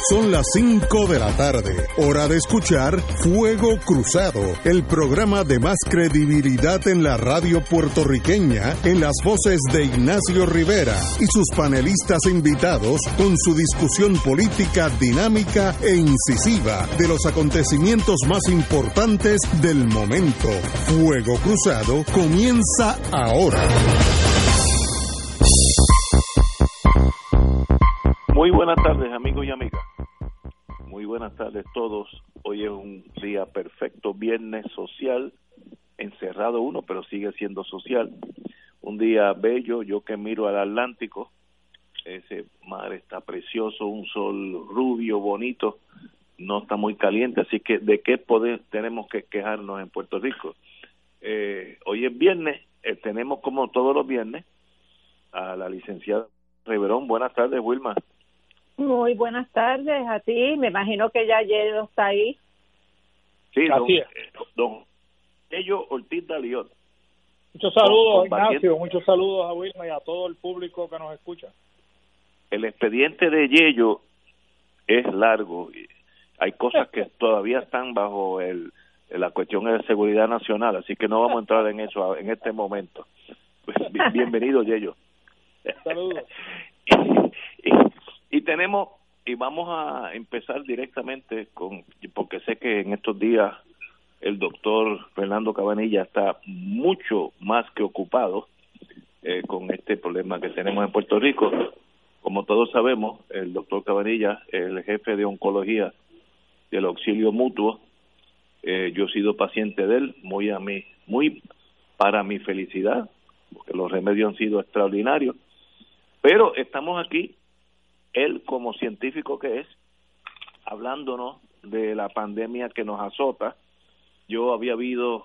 Son las 5 de la tarde, hora de escuchar Fuego Cruzado, el programa de más credibilidad en la radio puertorriqueña, en las voces de Ignacio Rivera y sus panelistas invitados con su discusión política dinámica e incisiva de los acontecimientos más importantes del momento. Fuego Cruzado comienza ahora. Muy buenas tardes, amigos y amigas. Muy buenas tardes todos. Hoy es un día perfecto, viernes social, encerrado uno, pero sigue siendo social. Un día bello, yo que miro al Atlántico, ese mar está precioso, un sol rubio, bonito, no está muy caliente, así que ¿de qué tenemos que quejarnos en Puerto Rico? Hoy es viernes, tenemos como todos los viernes a la licenciada Riverón. Buenas tardes, Wilma. Muy buenas tardes a ti, me imagino que ya Yello está ahí. Sí, don Yello Ortiz Daliot. Muchos saludos, Ignacio, muchos saludos a Wilma y a todo el público que nos escucha. El expediente de Yello es largo, hay cosas que todavía están bajo la cuestión de seguridad nacional, así que no vamos a entrar en eso en este momento. Pues, bienvenido, Yello. Saludos. Y vamos a empezar directamente porque sé que en estos días el doctor Fernando Cabanilla está mucho más que ocupado con este problema que tenemos en Puerto Rico. Como todos sabemos, el doctor Cabanilla es el jefe de oncología del Auxilio Mutuo. Yo he sido paciente de él, muy para mi felicidad, porque los remedios han sido extraordinarios. Pero estamos aquí, él como científico que es, hablándonos de la pandemia que nos azota. Yo había visto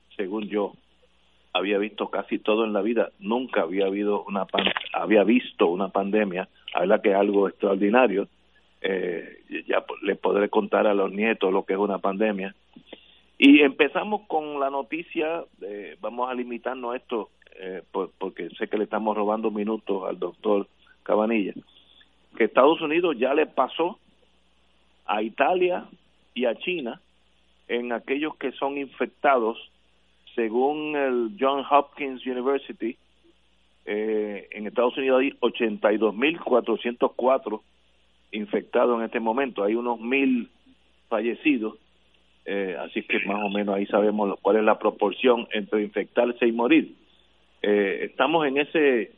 casi todo en la vida, nunca había visto una pandemia, la verdad que es algo extraordinario. Ya les podré contar a los nietos lo que es una pandemia. Y empezamos con la noticia, vamos a limitarnos a esto, porque sé que le estamos robando minutos al doctor Cabanilla, que Estados Unidos ya le pasó a Italia y a China en aquellos que son infectados, según el Johns Hopkins University. En Estados Unidos hay 82.404 infectados en este momento, hay unos 1,000 fallecidos, así que más o menos ahí sabemos cuál es la proporción entre infectarse y morir. Estamos en ese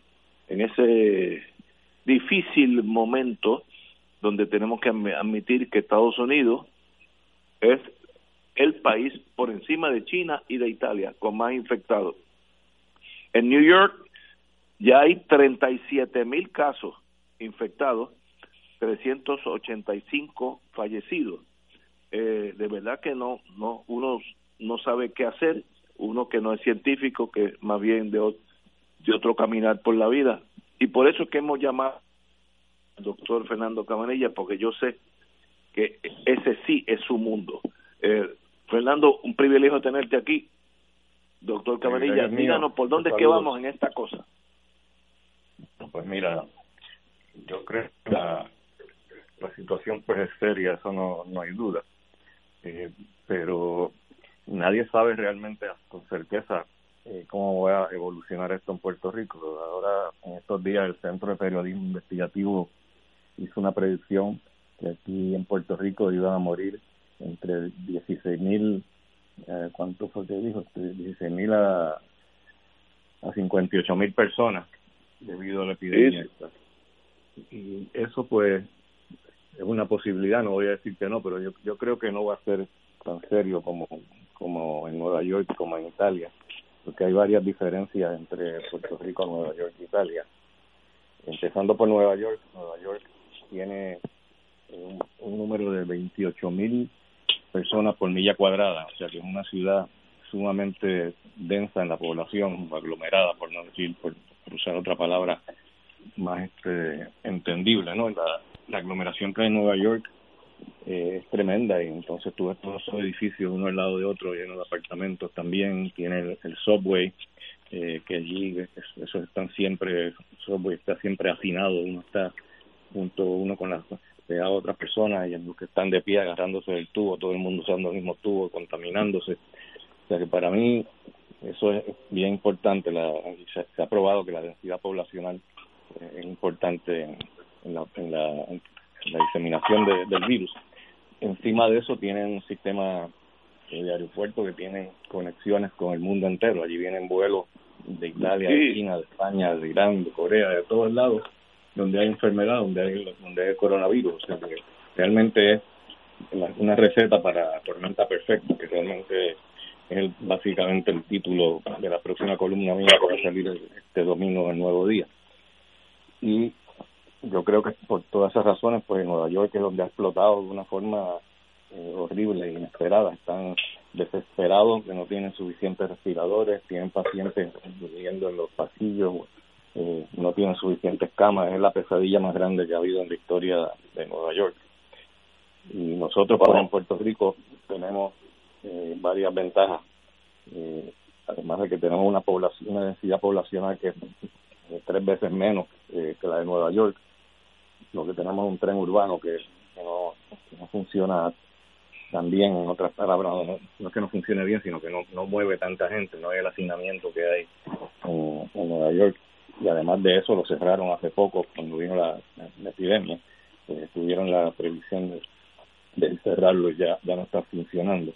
difícil momento donde tenemos que admitir que Estados Unidos es el país por encima de China y de Italia con más infectados. En New York ya hay 37,000 casos infectados, 385 fallecidos. De verdad que uno no sabe qué hacer, uno que no es científico, que más bien de otro caminar por la vida. Y por eso es que hemos llamado al doctor Fernando Cabanilla, porque yo sé que ese sí es su mundo. Fernando, un privilegio tenerte aquí. Doctor Cabanilla, díganos por dónde es que vamos en esta cosa. Pues mira, yo creo que la situación pues es seria, eso no hay duda. Pero nadie sabe realmente con certeza cómo va a evolucionar esto en Puerto Rico. Ahora, en estos días, el Centro de Periodismo Investigativo hizo una predicción que aquí en Puerto Rico iban a morir entre 16,000, ¿cuánto fue que dijo? 16,000 a 58,000 personas debido a la epidemia esta. Y eso pues es una posibilidad, no voy a decir que no, pero yo creo que no va a ser tan serio como en Nueva York, como en Italia, porque hay varias diferencias entre Puerto Rico, Nueva York e Italia. Empezando por Nueva York tiene un número de 28,000 personas por milla cuadrada, o sea que es una ciudad sumamente densa en la población, aglomerada, por no decir, por usar otra palabra más entendible, ¿no? La aglomeración que hay en Nueva York es tremenda, y entonces tú ves todos esos edificios uno al lado de otro, llenos de apartamentos. También tiene el subway, que allí esos están siempre, el subway está siempre hacinado, uno está junto uno con las a otras personas y en los que están de pie agarrándose del tubo, todo el mundo usando el mismo tubo, contaminándose. O sea que para mí eso es bien importante. Se ha probado que la densidad poblacional es importante en la diseminación del virus. Encima de eso tienen un sistema de aeropuertos que tienen conexiones con el mundo entero. Allí vienen vuelos de Italia, de China, de España, de Irán, de Corea, de todos lados, donde hay enfermedad, donde hay coronavirus. O sea que realmente es una receta para tormenta perfecta, que realmente es básicamente el título de la próxima columna mía que va a salir este domingo del Nuevo Día. Y yo creo que por todas esas razones, pues en Nueva York es donde ha explotado de una forma horrible e inesperada. Están desesperados, que no tienen suficientes respiradores, tienen pacientes viviendo en los pasillos, no tienen suficientes camas. Es la pesadilla más grande que ha habido en la historia de Nueva York. Y nosotros, pues, en Puerto Rico tenemos varias ventajas, además de que tenemos una densidad poblacional que es 3 veces menos que la de Nueva York. Lo que tenemos es un tren urbano que no funciona tan bien. En otras palabras, no es que no funcione bien, sino que no mueve tanta gente, no hay el hacinamiento que hay en Nueva York. Y además de eso lo cerraron hace poco cuando vino la epidemia. Tuvieron la previsión de cerrarlo y ya no está funcionando.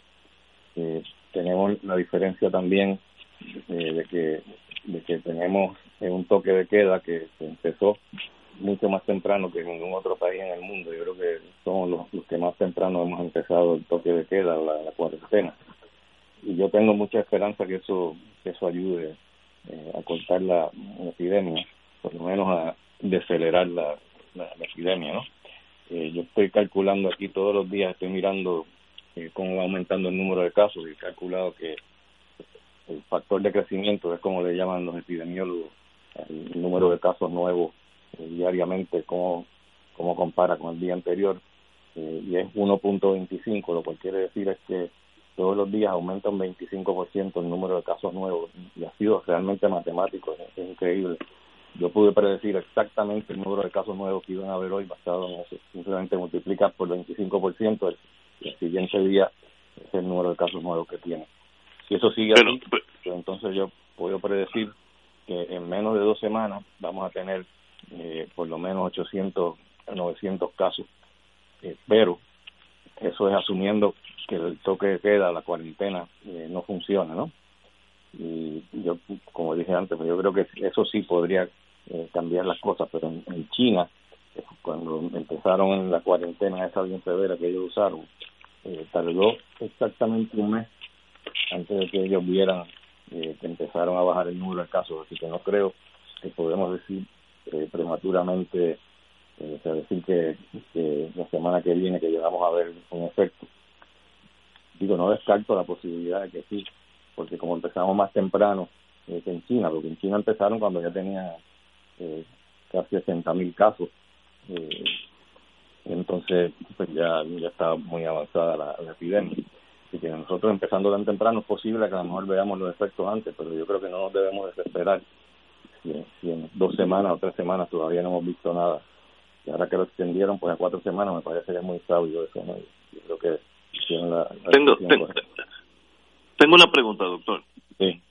Tenemos la diferencia también de que tenemos un toque de queda que empezó mucho más temprano que en ningún otro país en el mundo. Yo creo que somos los que más temprano hemos empezado el toque de queda, la cuarentena. Y yo tengo mucha esperanza que eso ayude a cortar la epidemia, por lo menos a decelerar la epidemia, ¿no? Yo estoy calculando aquí todos los días, estoy mirando cómo va aumentando el número de casos y he calculado que el factor de crecimiento es como le llaman los epidemiólogos, el número de casos nuevos diariamente, cómo compara con el día anterior, y es 1.25, lo cual quiere decir es que todos los días aumenta un 25% el número de casos nuevos, y ha sido realmente matemático, es increíble. Yo pude predecir exactamente el número de casos nuevos que iban a haber hoy basado en eso. Simplemente multiplicas por 25%, el siguiente día es el número de casos nuevos que tiene. Si eso sigue así, pues entonces yo puedo predecir que en menos de 2 semanas vamos a tener por lo menos 800 a 900 casos. Pero eso es asumiendo que el toque de queda, la cuarentena, no funciona, ¿no? Y yo, como dije antes, pues yo creo que eso sí podría cambiar las cosas, pero en China, cuando empezaron en la cuarentena esa bien severa que ellos usaron, tardó exactamente un mes antes de que ellos vieran que empezaron a bajar el número de casos, así que no creo que podemos decir prematuramente, decir que la semana que viene que llegamos a ver un efecto. Digo, no descarto la posibilidad de que sí, porque como empezamos más temprano que en China, porque en China empezaron cuando ya tenía casi 60,000 casos, entonces pues ya estaba muy avanzada la epidemia. Así que nosotros empezando tan temprano es posible que a lo mejor veamos los efectos antes, pero yo creo que no nos debemos desesperar si en 2 semanas o 3 semanas todavía no hemos visto nada. Y ahora que lo extendieron pues a 4 semanas, me parece que es muy sabio eso, ¿no? Yo creo que tienen Tengo una pregunta, doctor. Sí.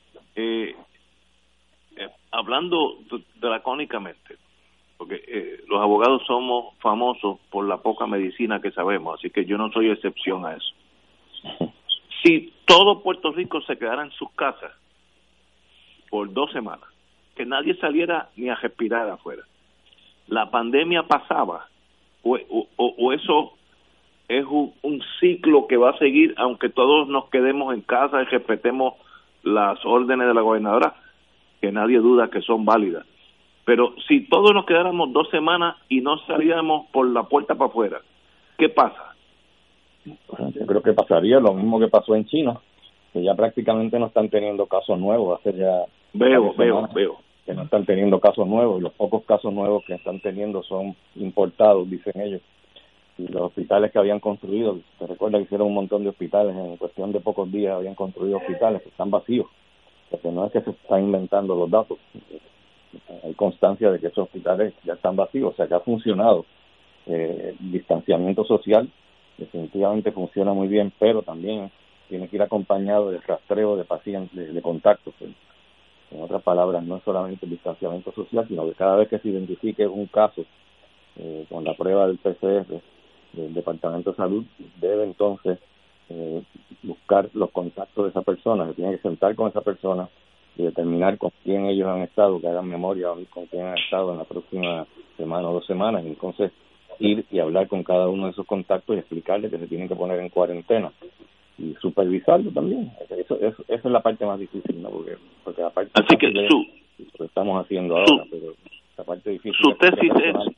Hablando dracónicamente, porque los abogados somos famosos por la poca medicina que sabemos, así que yo no soy excepción a eso. Si todo Puerto Rico se quedara en sus casas por 2 semanas, que nadie saliera ni a respirar afuera, ¿la pandemia pasaba? ¿O eso es un ciclo que va a seguir aunque todos nos quedemos en casa y respetemos las órdenes de la gobernadora, que nadie duda que son válidas? Pero si todos nos quedáramos 2 semanas y no salíamos por la puerta para afuera, ¿qué pasa? Yo creo que pasaría lo mismo que pasó en China, que ya prácticamente no están teniendo casos nuevos. Hace ya veo que no están teniendo casos nuevos, y los pocos casos nuevos que están teniendo son importados, dicen ellos. Y los hospitales que habían construido, se recuerda que hicieron un montón de hospitales, en cuestión de pocos días habían construido hospitales que están vacíos, porque no es que se están inventando los datos, hay constancia de que esos hospitales ya están vacíos, o sea que ha funcionado distanciamiento social definitivamente funciona muy bien, pero también tiene que ir acompañado de rastreo de pacientes, de contactos. En otras palabras, no es solamente el distanciamiento social, sino que cada vez que se identifique un caso con la prueba del PCR del Departamento de Salud, debe entonces buscar los contactos de esa persona, se tiene que sentar con esa persona y determinar con quién ellos han estado, que hagan memoria con quién han estado en la próxima semana o 2 semanas, y entonces ir y hablar con cada uno de esos contactos y explicarles que se tienen que poner en cuarentena y supervisarlo también. Esa es la parte más difícil, ¿no? Porque la parte así que lo que estamos haciendo ahora, pero la parte difícil su tesis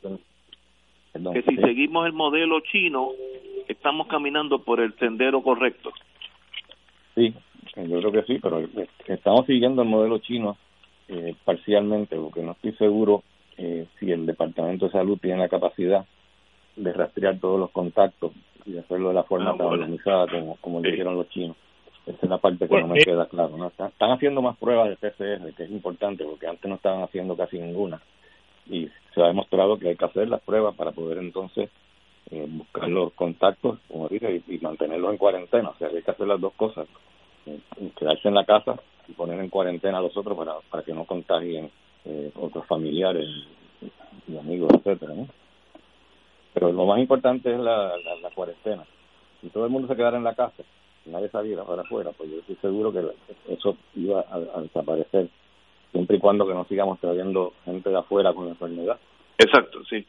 es perdón, que si seguimos el modelo chino, estamos caminando por el sendero correcto. Sí, yo creo que sí, pero estamos siguiendo el modelo chino parcialmente, porque no estoy seguro si el Departamento de Salud tiene la capacidad de rastrear todos los contactos y de hacerlo de la forma tan organizada como lo hicieron los chinos. Esa es la parte que no me queda claro, ¿no? Están haciendo más pruebas de PCR, que es importante, porque antes no estaban haciendo casi ninguna. Y se ha demostrado que hay que hacer las pruebas para poder entonces buscar los contactos, como dije, y mantenerlos en cuarentena. O sea, hay que hacer las dos cosas. Quedarse en la casa y poner en cuarentena a los otros para que no contagien otros familiares y amigos, etcétera, ¿no? Pero lo más importante es la cuarentena. Si todo el mundo se quedara en la casa, si nadie saliera para afuera, pues yo estoy seguro que eso iba a desaparecer, siempre y cuando que no sigamos trayendo gente de afuera con la enfermedad. Exacto, sí.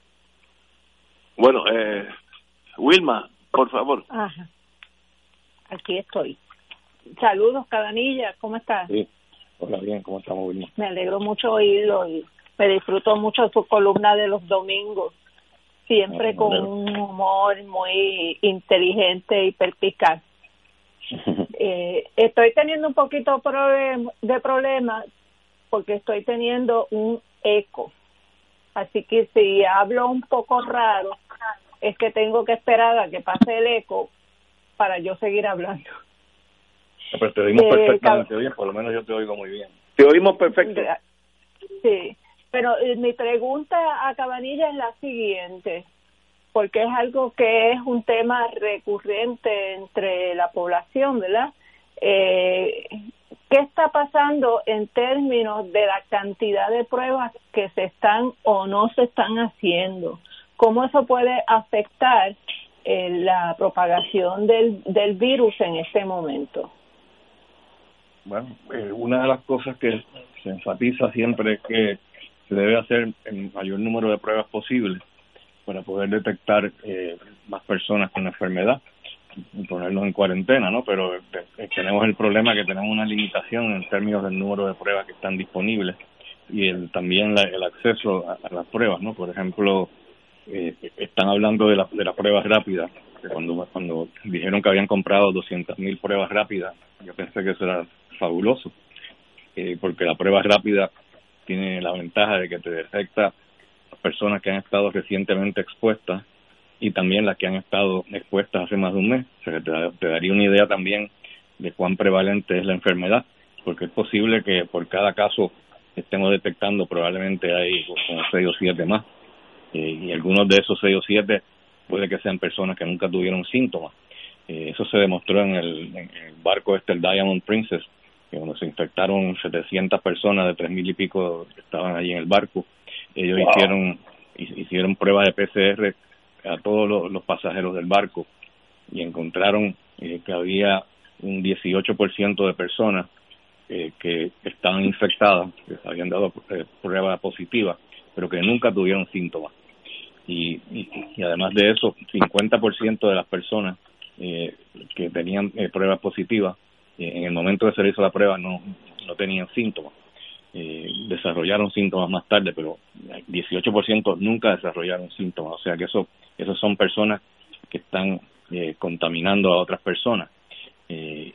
Bueno, Wilma, por favor. Ajá. Aquí estoy. Saludos, Cabanilla, ¿cómo estás? Sí, hola, bien, ¿cómo estamos, Wilma? Me alegro mucho oírlo y me disfruto mucho su columna de los domingos, siempre con un humor muy inteligente y perspicaz. Estoy teniendo un poquito de problema porque estoy teniendo un eco, así que si hablo un poco raro es que tengo que esperar a que pase el eco para yo seguir hablando. Pero te oímos perfectamente bien, por lo menos yo te oigo muy bien. Te oímos perfecto. Sí, pero mi pregunta a Cabanilla es la siguiente, porque es algo que es un tema recurrente entre la población, ¿verdad? ¿Qué está pasando en términos de la cantidad de pruebas que se están o no se están haciendo? ¿Cómo eso puede afectar la propagación del virus en este momento? Bueno, una de las cosas que se enfatiza siempre es que se debe hacer el mayor número de pruebas posible para poder detectar más personas con la enfermedad y ponerlos en cuarentena, ¿no? Pero tenemos el problema que tenemos una limitación en términos del número de pruebas que están disponibles y también el acceso a las pruebas, ¿no? Por ejemplo, están hablando de las pruebas rápidas, que cuando dijeron que habían comprado 200,000 pruebas rápidas, yo pensé que eso era fabuloso, porque la prueba rápida tiene la ventaja de que te detecta personas que han estado recientemente expuestas y también las que han estado expuestas hace más de un mes. O sea, te daría una idea también de cuán prevalente es la enfermedad, porque es posible que por cada caso que estemos detectando probablemente hay como 6 o 7 más, y algunos de esos 6 o 7 puede que sean personas que nunca tuvieron síntomas. Eso se demostró en el barco el Diamond Princess, que cuando se infectaron 700 personas de 3,000 y pico que estaban allí en el barco, ellos hicieron pruebas de PCR a todos los pasajeros del barco y encontraron que había un 18% de personas que estaban infectadas, que habían dado prueba positiva, pero que nunca tuvieron síntomas. Y además de eso, 50% de las personas que tenían pruebas positivas, en el momento que se le hizo la prueba no tenían síntomas. Desarrollaron síntomas más tarde, pero 18% nunca desarrollaron síntomas. O sea que esos son personas que están contaminando a otras personas y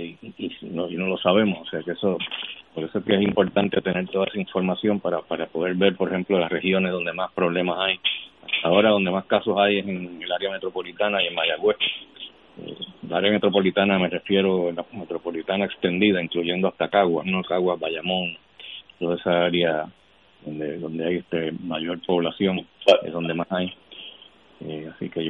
no lo sabemos. O sea que por eso es que es importante tener toda esa información para poder ver, por ejemplo, las regiones donde más problemas hay. Ahora donde más casos hay es en el área metropolitana y en Mayagüez. La área metropolitana me refiero a la metropolitana extendida, incluyendo hasta Caguas, Bayamón, toda esa área donde hay mayor población es donde más hay.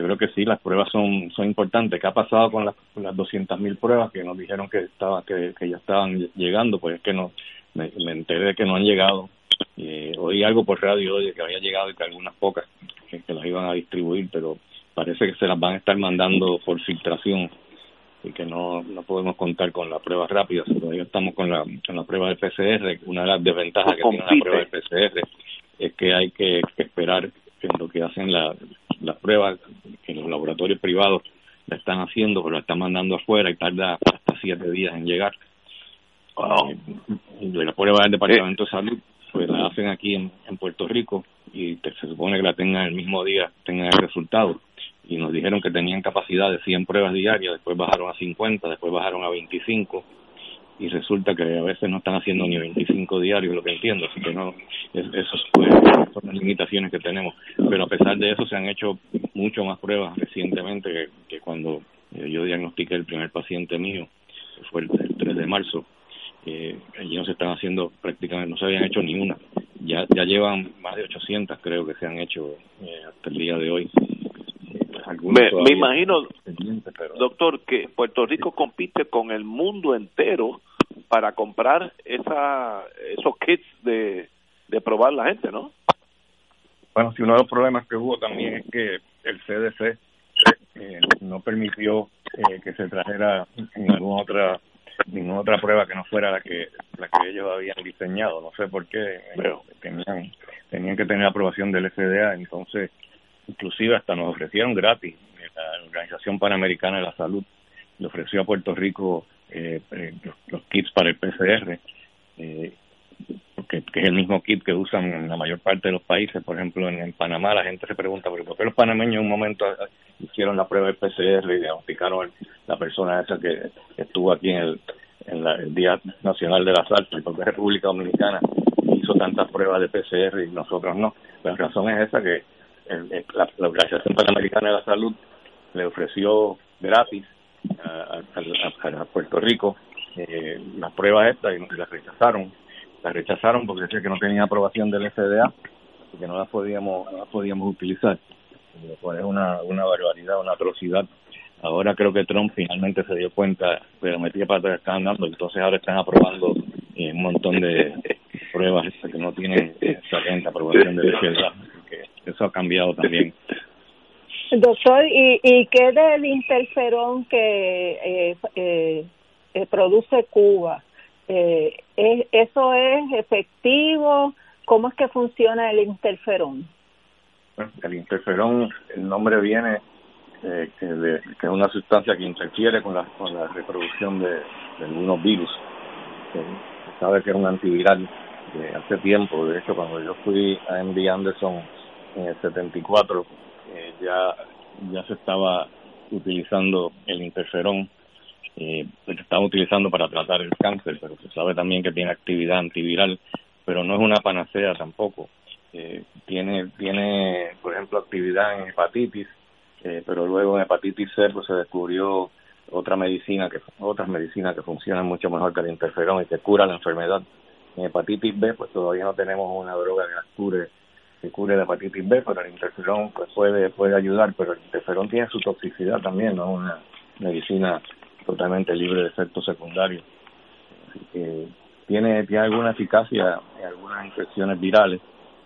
yo creo que sí, las pruebas son importantes. ¿Qué ha pasado con las 200.000 pruebas que nos dijeron que ya estaban llegando? Pues es que no me enteré de que no han llegado. Oí algo por radio hoy de que había llegado y que algunas pocas que las iban a distribuir, pero parece que se las van a estar mandando por filtración y que no podemos contar con las pruebas rápidas. Todavía estamos con la prueba del PCR. Una de las desventajas que tiene la prueba del PCR es que hay que esperar en lo que hacen las pruebas, que los laboratorios privados la están haciendo, pero la están mandando afuera y tarda hasta 7 días en llegar. La prueba del Departamento de Salud pues la hacen aquí en Puerto Rico y se supone que la tengan el mismo día, tengan el resultado. Y nos dijeron que tenían capacidad de 100 pruebas diarias, después bajaron a 50, después bajaron a 25, y resulta que a veces no están haciendo ni 25 diarios, lo que entiendo, así que no, eso son las limitaciones que tenemos. Pero a pesar de eso se han hecho mucho más pruebas recientemente que cuando yo diagnostiqué el primer paciente mío, que fue el 3 de marzo. Allí no se están haciendo prácticamente, no se habían hecho ni una. Ya llevan más de 800, creo que se han hecho hasta el día de hoy. Me imagino, doctor, que Puerto Rico compite con el mundo entero para comprar esos kits de probar la gente, ¿no? Bueno, si uno de los problemas que hubo también es que el CDC no permitió que se trajera ninguna otra prueba que no fuera la que ellos habían diseñado. No sé por qué, pero tenían que tener aprobación del FDA. Entonces, inclusive hasta nos ofrecieron gratis. La Organización Panamericana de la Salud le ofreció a Puerto Rico los kits para el PCR, que es el mismo kit que usan en la mayor parte de los países. Por ejemplo, en Panamá la gente se pregunta ¿por qué los panameños en un momento hicieron la prueba del PCR y diagnosticaron la persona esa que estuvo aquí en el Día Nacional de la Salsa? ¿Y por qué República Dominicana hizo tantas pruebas de PCR y nosotros no? La razón es esa, que la Organización Panamericana de la Salud le ofreció gratis a Puerto Rico las pruebas estas y las rechazaron. Las rechazaron porque decía que no tenía aprobación del FDA y que no las podíamos utilizar. Pues es una barbaridad, una atrocidad. Ahora creo que Trump finalmente se dio cuenta de la metida para que estaban dando, entonces ahora están aprobando un montón de pruebas que no tienen excelente aprobación del FDA. Eso ha cambiado también. Doctor, ¿y qué del interferón que produce Cuba? ¿Eso es efectivo? ¿Cómo es que funciona el interferón? Bueno, el interferón, el nombre viene que es una sustancia que interfiere con la reproducción de algunos virus. Se sabe que es un antiviral de hace tiempo. De hecho, cuando yo fui a MD Anderson en el 74, ya se estaba utilizando el interferón. Se estaba utilizando para tratar el cáncer, pero se sabe también que tiene actividad antiviral, pero no es una panacea tampoco. Tiene por ejemplo actividad en hepatitis, pero luego en hepatitis C pues se descubrió otras medicinas que funcionan mucho mejor que el interferón y que cura la enfermedad. En hepatitis B pues todavía no tenemos una droga que cure la hepatitis B, pero el interferón pues puede ayudar, pero el interferón tiene su toxicidad también, no es una medicina totalmente libre de efectos secundarios. Así que tiene alguna eficacia en algunas infecciones virales,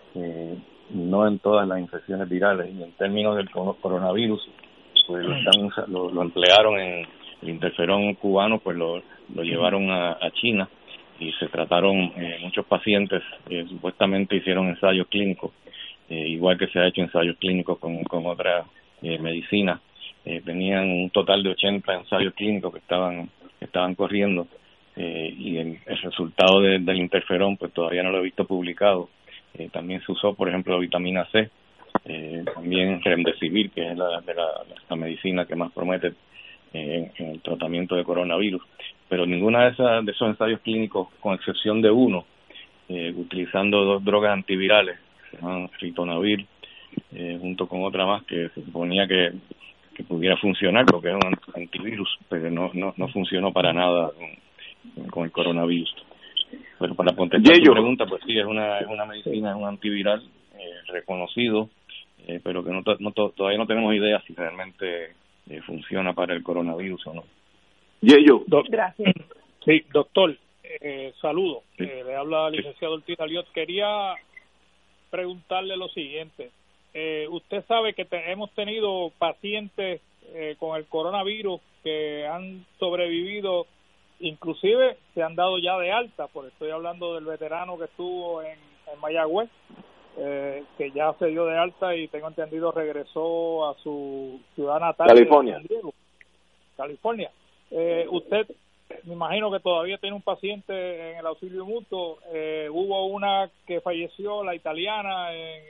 no en todas las infecciones virales. Y en términos del coronavirus, pues lo emplearon en el interferón cubano, pues lo llevaron a China y se trataron muchos pacientes, supuestamente hicieron ensayos clínicos, igual que se ha hecho ensayos clínicos con otras medicinas. Tenían un total de 80 ensayos clínicos que estaban corriendo, y el resultado del interferón pues todavía no lo he visto publicado. También se usó, por ejemplo, la vitamina C, también Remdesivir, que es la medicina que más promete en el tratamiento de coronavirus, pero ninguna de esos ensayos clínicos, con excepción de uno, utilizando 2 drogas antivirales, se llaman Ritonavir, junto con otra más que se suponía que pudiera funcionar porque es un antivirus, pero no funcionó para nada con el coronavirus. Pero para contestar tu pregunta, pues sí, es una medicina, es un antiviral reconocido, pero que todavía no tenemos idea si realmente funciona para el coronavirus o no. Gracias. Sí, doctor, saludo. Sí. Le habla el licenciado Ortiz Aliot. Quería preguntarle lo siguiente. Usted sabe que hemos tenido pacientes con el coronavirus que han sobrevivido, inclusive se han dado ya de alta, porque estoy hablando del veterano que estuvo en Mayagüez, que ya se dio de alta y tengo entendido regresó a su ciudad natal, California. de San Diego, California. Usted, me imagino que todavía tiene un paciente en el auxilio mutuo. Hubo una que falleció, la italiana, en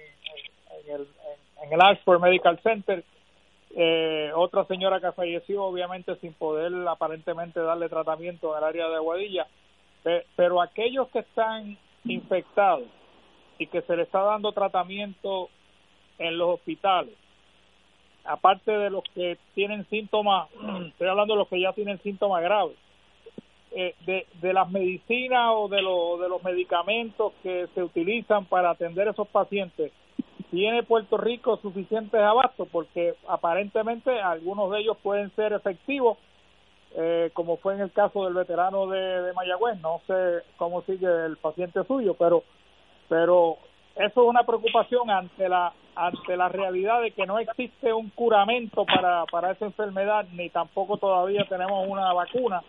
el Ashford Medical Center. Otra señora que falleció, obviamente sin poder aparentemente darle tratamiento en el área de Aguadilla. Pero aquellos que están infectados y que se le está dando tratamiento en los hospitales, aparte de los que tienen síntomas, estoy hablando de los que ya tienen síntomas graves, de las medicinas o de los medicamentos que se utilizan para atender a esos pacientes, ¿tiene Puerto Rico suficientes abastos? Porque aparentemente algunos de ellos pueden ser efectivos, como fue en el caso del veterano de Mayagüez. No sé cómo sigue el paciente suyo, pero eso es una preocupación ante la realidad de que no existe un curamento para esa enfermedad, ni tampoco todavía tenemos una vacuna.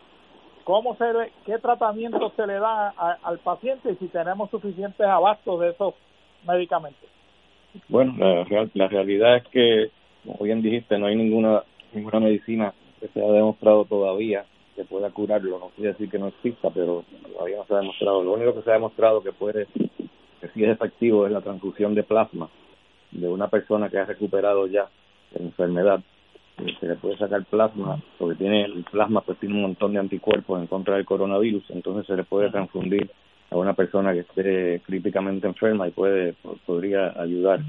¿Qué tratamiento se le da al paciente y si tenemos suficientes abastos de esos medicamentos? Bueno, la realidad es que, como bien dijiste, no hay ninguna medicina que se haya demostrado todavía que pueda curarlo. No quiere decir que no exista, pero todavía no se ha demostrado. Lo único que se ha demostrado que sí es efectivo es la transfusión de plasma de una persona que ha recuperado ya la enfermedad. Se le puede sacar plasma, porque el plasma pues tiene un montón de anticuerpos en contra del coronavirus, entonces se le puede transfundir a una persona que esté críticamente enferma y podría ayudar.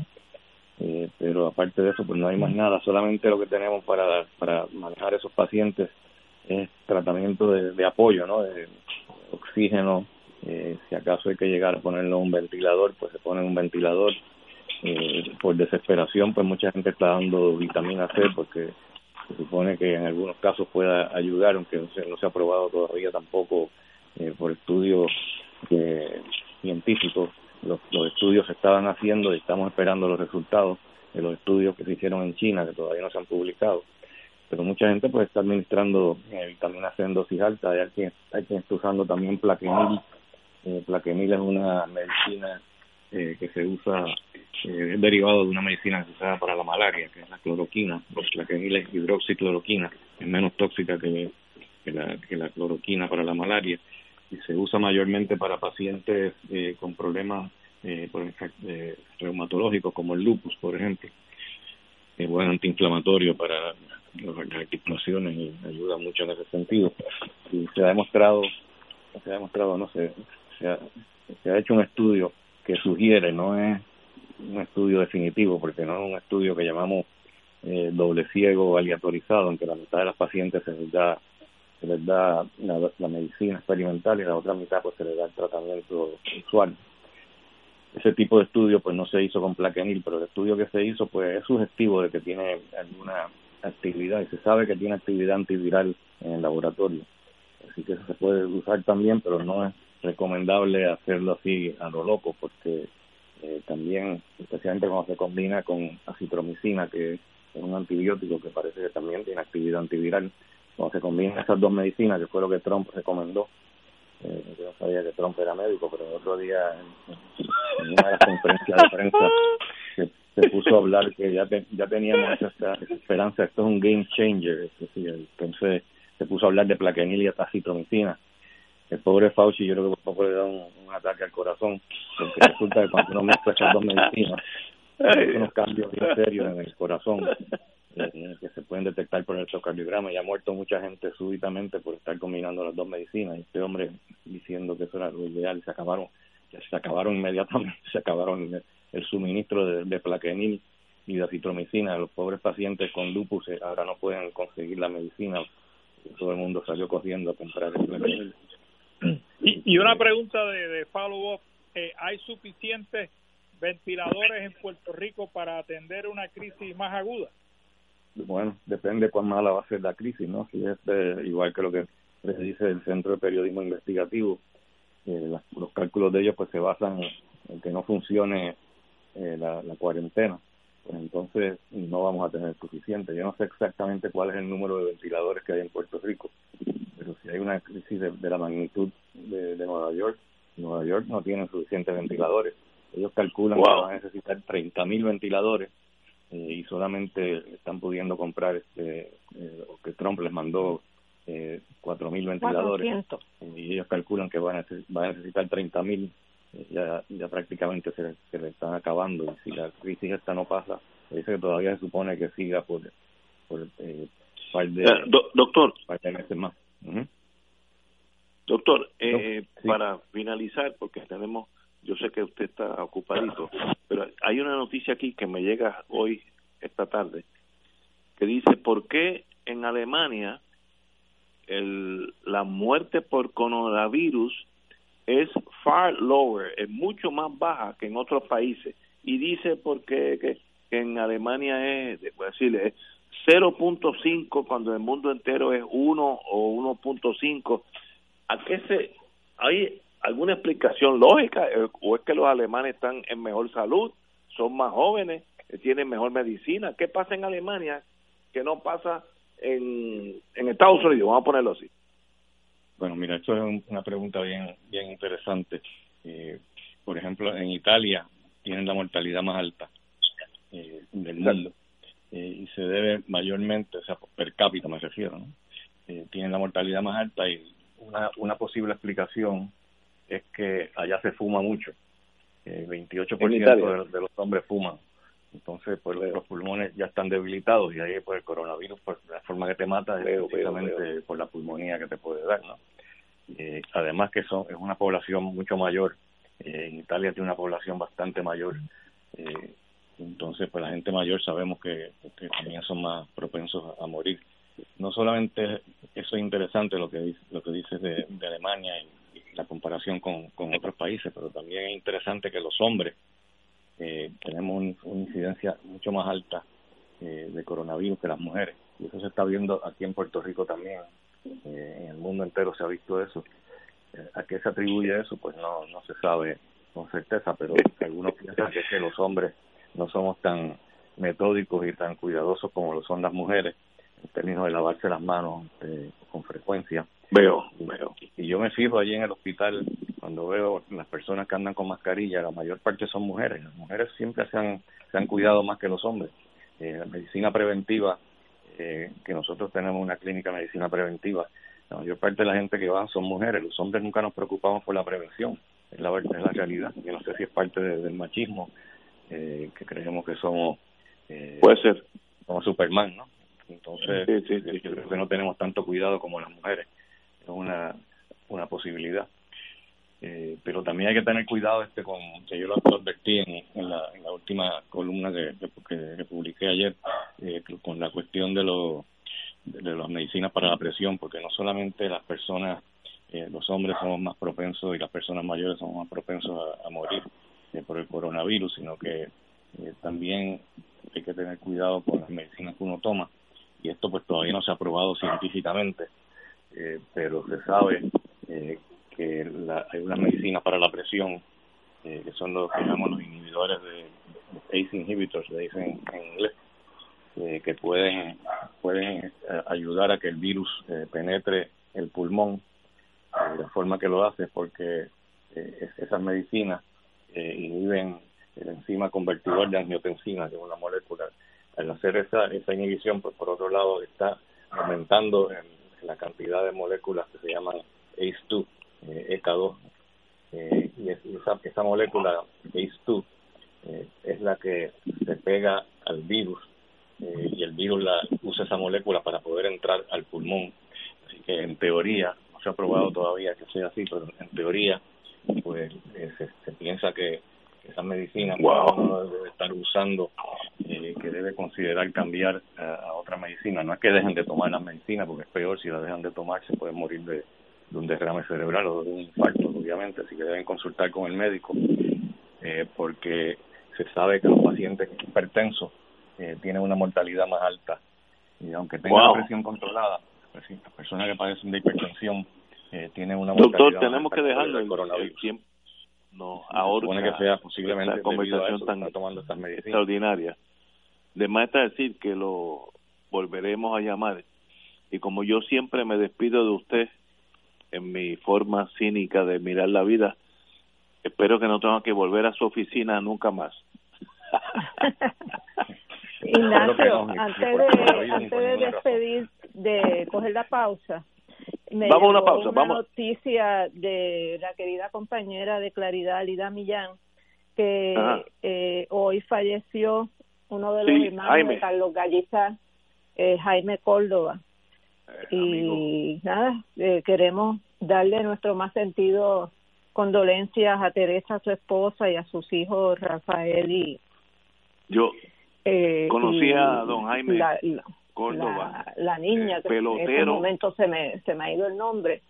Pero aparte de eso, pues no hay más nada. Solamente lo que tenemos para manejar esos pacientes es tratamiento de apoyo, ¿no? De oxígeno. Si acaso hay que llegar a ponerlo un ventilador, pues se pone un ventilador. Por desesperación, pues mucha gente está dando vitamina C porque se supone que en algunos casos pueda ayudar, aunque no se ha probado todavía tampoco por estudios científicos. Los estudios se estaban haciendo y estamos esperando los resultados de los estudios que se hicieron en China, que todavía no se han publicado. Pero mucha gente pues está administrando vitamina C en dosis alta. Hay quien está usando también Plaquenil. Plaquenil es una medicina que se usa, es derivado de una medicina que se usa para la malaria, que es la cloroquina. La Plaquenil es hidroxicloroquina, es menos tóxica que la cloroquina para la malaria, y se usa mayormente para pacientes con problemas reumatológicos como el lupus, por ejemplo. Es buen antiinflamatorio para las articulaciones y ayuda mucho en ese sentido. Y se ha demostrado, se ha hecho un estudio que sugiere, no es un estudio definitivo, porque no es un estudio que llamamos doble ciego aleatorizado, en que la mitad de las pacientes se les da la medicina experimental y la otra mitad pues se les da el tratamiento usual. Ese tipo de estudio pues no se hizo con Plaquenil, pero el estudio que se hizo pues es sugestivo de que tiene alguna actividad, y se sabe que tiene actividad antiviral en el laboratorio, así que eso se puede usar también, pero no es recomendable hacerlo así a lo loco, porque también, especialmente cuando se combina con acitromicina, que es un antibiótico que parece que también tiene actividad antiviral, cuando se combinan esas dos medicinas, que fue lo que Trump recomendó. Yo no sabía que Trump era médico, pero el otro día en una de las conferencias de prensa se puso a hablar que ya teníamos esa esperanza. Esto es un game changer, es decir, entonces se puso a hablar de Plaquenil y acitromicina. El pobre Fauci, yo creo que por poco le da un ataque al corazón, porque resulta que cuando uno mezcla esas dos medicinas, hay unos cambios bien serios en el corazón que se pueden detectar por el electrocardiograma, y ha muerto mucha gente súbitamente por estar combinando las dos medicinas, y este hombre diciendo que eso era lo ideal, y se acabaron inmediatamente, se acabaron el suministro de Plaquenil y de acitromicina. Los pobres pacientes con lupus ahora no pueden conseguir la medicina, todo el mundo salió corriendo a comprar el Plaquenil. Y una pregunta de follow-up, ¿hay suficientes ventiladores en Puerto Rico para atender una crisis más aguda? Bueno, depende cuán mala va a ser la crisis, ¿no? Si es igual que lo que dice el Centro de Periodismo Investigativo, los cálculos de ellos pues se basan en que no funcione la cuarentena, pues entonces no vamos a tener suficiente. Yo no sé exactamente cuál es el número de ventiladores que hay en Puerto Rico, pero si hay una crisis de la magnitud de Nueva York no tiene suficientes ventiladores. Ellos calculan que van a necesitar 30,000 ventiladores y solamente están pudiendo comprar o que Trump les mandó 4,000 ventiladores 400. Y ellos calculan que van a necesitar 30,000. Ya prácticamente se le están acabando, y si la crisis esta no pasa, dice que todavía se supone que siga por doctor, par de meses más. Uh-huh. Doctor, sí. Para finalizar, porque yo sé que usted está ocupadito, pero hay una noticia aquí que me llega hoy, esta tarde, que dice: ¿por qué en Alemania la muerte por coronavirus es far lower, es mucho más baja que en otros países? Y dice porque que en Alemania es 0.5 cuando el mundo entero es 1 o 1.5. ¿A qué hay alguna explicación lógica? ¿O es que los alemanes están en mejor salud, son más jóvenes, tienen mejor medicina? ¿Qué pasa en Alemania que no pasa en Estados Unidos? Vamos a ponerlo así. Bueno, mira, esto es una pregunta bien interesante. Por ejemplo, en Italia tienen la mortalidad más alta del mundo, y se debe mayormente, o sea, per cápita me refiero, ¿no? Tienen la mortalidad más alta, y una posible explicación es que allá se fuma mucho. 28% de los hombres fuman. Entonces, pues los pulmones ya están debilitados, y ahí pues el coronavirus, pues la forma que te mata es precisamente por la pulmonía que te puede dar, ¿no? Además que es una población mucho mayor. En Italia tiene una población bastante mayor, entonces pues la gente mayor sabemos que también son más propensos a morir. No solamente eso es interesante lo que dices de Alemania y la comparación con otros países, pero también es interesante que los hombres tenemos una incidencia mucho más alta de coronavirus que las mujeres, y eso se está viendo aquí en Puerto Rico también. En el mundo entero se ha visto eso. ¿A qué se atribuye eso? Pues no se sabe con certeza, pero algunos piensan que es que los hombres no somos tan metódicos y tan cuidadosos como lo son las mujeres en términos de lavarse las manos con frecuencia. Veo. Y yo me fijo allí en el hospital, cuando veo las personas que andan con mascarilla, la mayor parte son mujeres. Las mujeres siempre se han cuidado más que los hombres. La medicina preventiva, que nosotros tenemos una clínica de medicina preventiva, la mayor parte de la gente que va son mujeres. Los hombres nunca nos preocupamos por la prevención, es la realidad. Yo no sé si es parte del machismo, que creemos que somos puede ser, somos Superman, ¿no? Entonces sí. Yo creo que no tenemos tanto cuidado como las mujeres. Es una posibilidad. Pero también hay que tener cuidado que yo lo advertí en la última columna que publiqué ayer, con la cuestión de las medicinas para la presión, porque no solamente las personas, los hombres somos más propensos y las personas mayores somos más propensos a morir por el coronavirus, sino que también hay que tener cuidado con las medicinas que uno toma, y esto pues todavía no se ha probado científicamente, pero se sabe que hay unas medicinas para la presión, que son los que llamamos los inhibidores de ACE inhibitors, le dicen en inglés, que pueden ayudar a que el virus penetre el pulmón. La forma que lo hace es porque esas medicinas inhiben el enzima convertidor de angiotensina, que es una molécula. Al hacer esa inhibición, pues por otro lado está aumentando la cantidad de moléculas que se llaman ACE2, ECA2, y esa molécula ACE2 es la que se pega al virus, y el virus usa esa molécula para poder entrar al pulmón. Así que en teoría, no se ha probado todavía que sea así, pero en teoría pues se piensa que esa medicina uno debe estar usando, que debe considerar cambiar a otra medicina. No es que dejen de tomar la medicina, porque es peor si la dejan de tomar, se pueden morir de un derrame cerebral o de un infarto, obviamente, así que deben consultar con el médico, porque se sabe que los pacientes hipertensos tienen una mortalidad más alta. Y aunque tengan la presión controlada, pues sí, las personas que padecen de hipertensión tienen una mortalidad Doctor, más tenemos alta que dejarlo el coronavirus. el tiempo. No, ahora supone que sea posiblemente esta conversación eso, tan está tomando estas medicinas extraordinaria. De más está decir que lo volveremos a llamar. Y como yo siempre me despido de usted en mi forma cínica de mirar la vida, espero que no tenga que volver a su oficina nunca más. Ignacio, antes de despedir, de coger la pausa, vamos a una pausa. Una noticia de la querida compañera de Claridad, Lida Millán, que hoy falleció uno de los hermanos de Carlos Gallizá, Jaime Córdoba. Y nada, queremos darle nuestro más sentido condolencias a Teresa, su esposa, y a sus hijos Rafael y yo conocí a don Jaime Córdoba, la niña que pelotero. en este momento se me ha ido el nombre,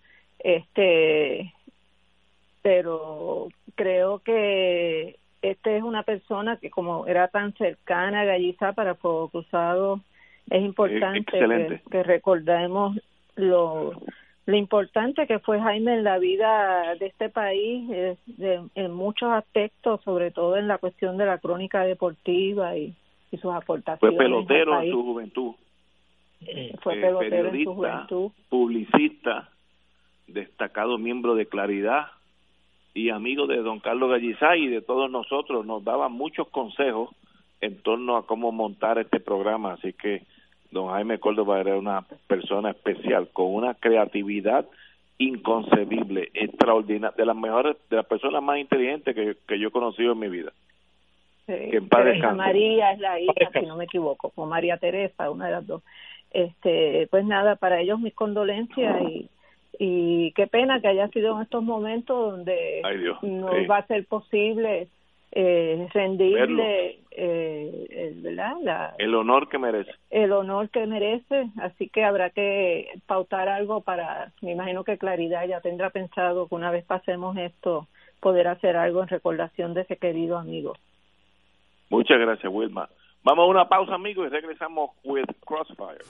pero creo que es una persona que, como era tan cercana a Gallizá, para Fuego Cruzado es importante que recordemos lo importante que fue Jaime en la vida de este país, en muchos aspectos, sobre todo en la cuestión de la crónica deportiva y sus aportaciones. Fue pelotero en su juventud. Fue pelotero periodista, en su juventud. Publicista, destacado miembro de Claridad y amigo de don Carlos Gallizá y de todos nosotros. Nos daba muchos consejos en torno a cómo montar este programa, así que don Jaime Córdoba era una persona especial, con una creatividad inconcebible, extraordinaria, de las mejores, de las personas más inteligentes que yo he conocido en mi vida. Sí, Teresa María es la hija, si no me equivoco, o María Teresa, una de las dos. Pues nada, para ellos mis condolencias y qué pena que haya sido en estos momentos donde no va a ser posible rendirle ¿verdad? El honor que merece, así que habrá que pautar algo me imagino que Claridad ya tendrá pensado que una vez pasemos esto poder hacer algo en recordación de ese querido amigo. Muchas gracias, Wilma. Vamos a una pausa, amigos, y regresamos with Crossfire.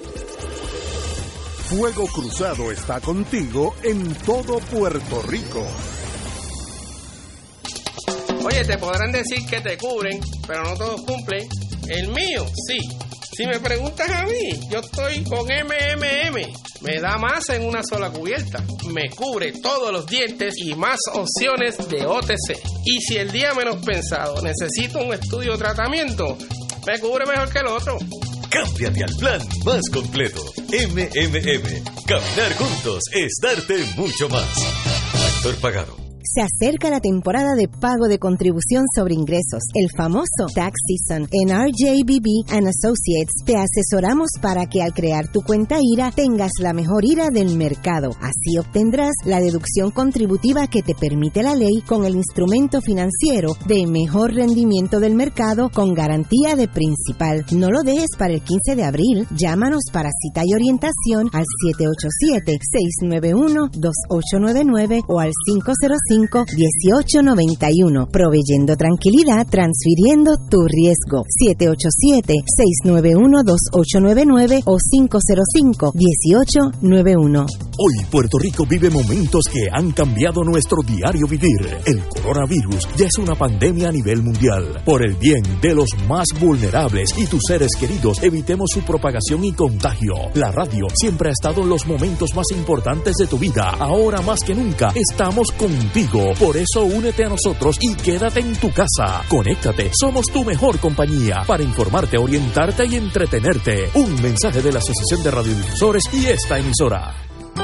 Fuego Cruzado está contigo en todo Puerto Rico. Oye, te podrán decir que te cubren, pero no todos cumplen. El mío, sí. Si me preguntas a mí, yo estoy con MMM. Me da más en una sola cubierta. Me cubre todos los dientes y más opciones de OTC. Y si el día menos pensado necesito un estudio o tratamiento, me cubre mejor que el otro. Cámbiate al plan más completo. MMM. Caminar juntos es darte mucho más. Actor pagado. Se acerca la temporada de pago de contribución sobre ingresos, el famoso Tax Season. En RJBB & Associates te asesoramos para que al crear tu cuenta IRA tengas la mejor IRA del mercado. Así obtendrás la deducción contributiva que te permite la ley con el instrumento financiero de mejor rendimiento del mercado con garantía de principal. No lo dejes para el 15 de abril. Llámanos para cita y orientación al 787-691-2899 o al 505-1891, proveyendo tranquilidad, transfiriendo tu riesgo. 787-691-2899 o 505-1891. Hoy Puerto Rico vive momentos que han cambiado nuestro diario vivir. El coronavirus ya es una pandemia a nivel mundial. Por el bien de los más vulnerables y tus seres queridos, evitemos su propagación y contagio. La radio siempre ha estado en los momentos más importantes de tu vida. Ahora más que nunca estamos contigo. Por eso únete a nosotros y quédate en tu casa. Conéctate, somos tu mejor compañía para informarte, orientarte y entretenerte. Un mensaje de la Asociación de Radiodifusores y esta emisora.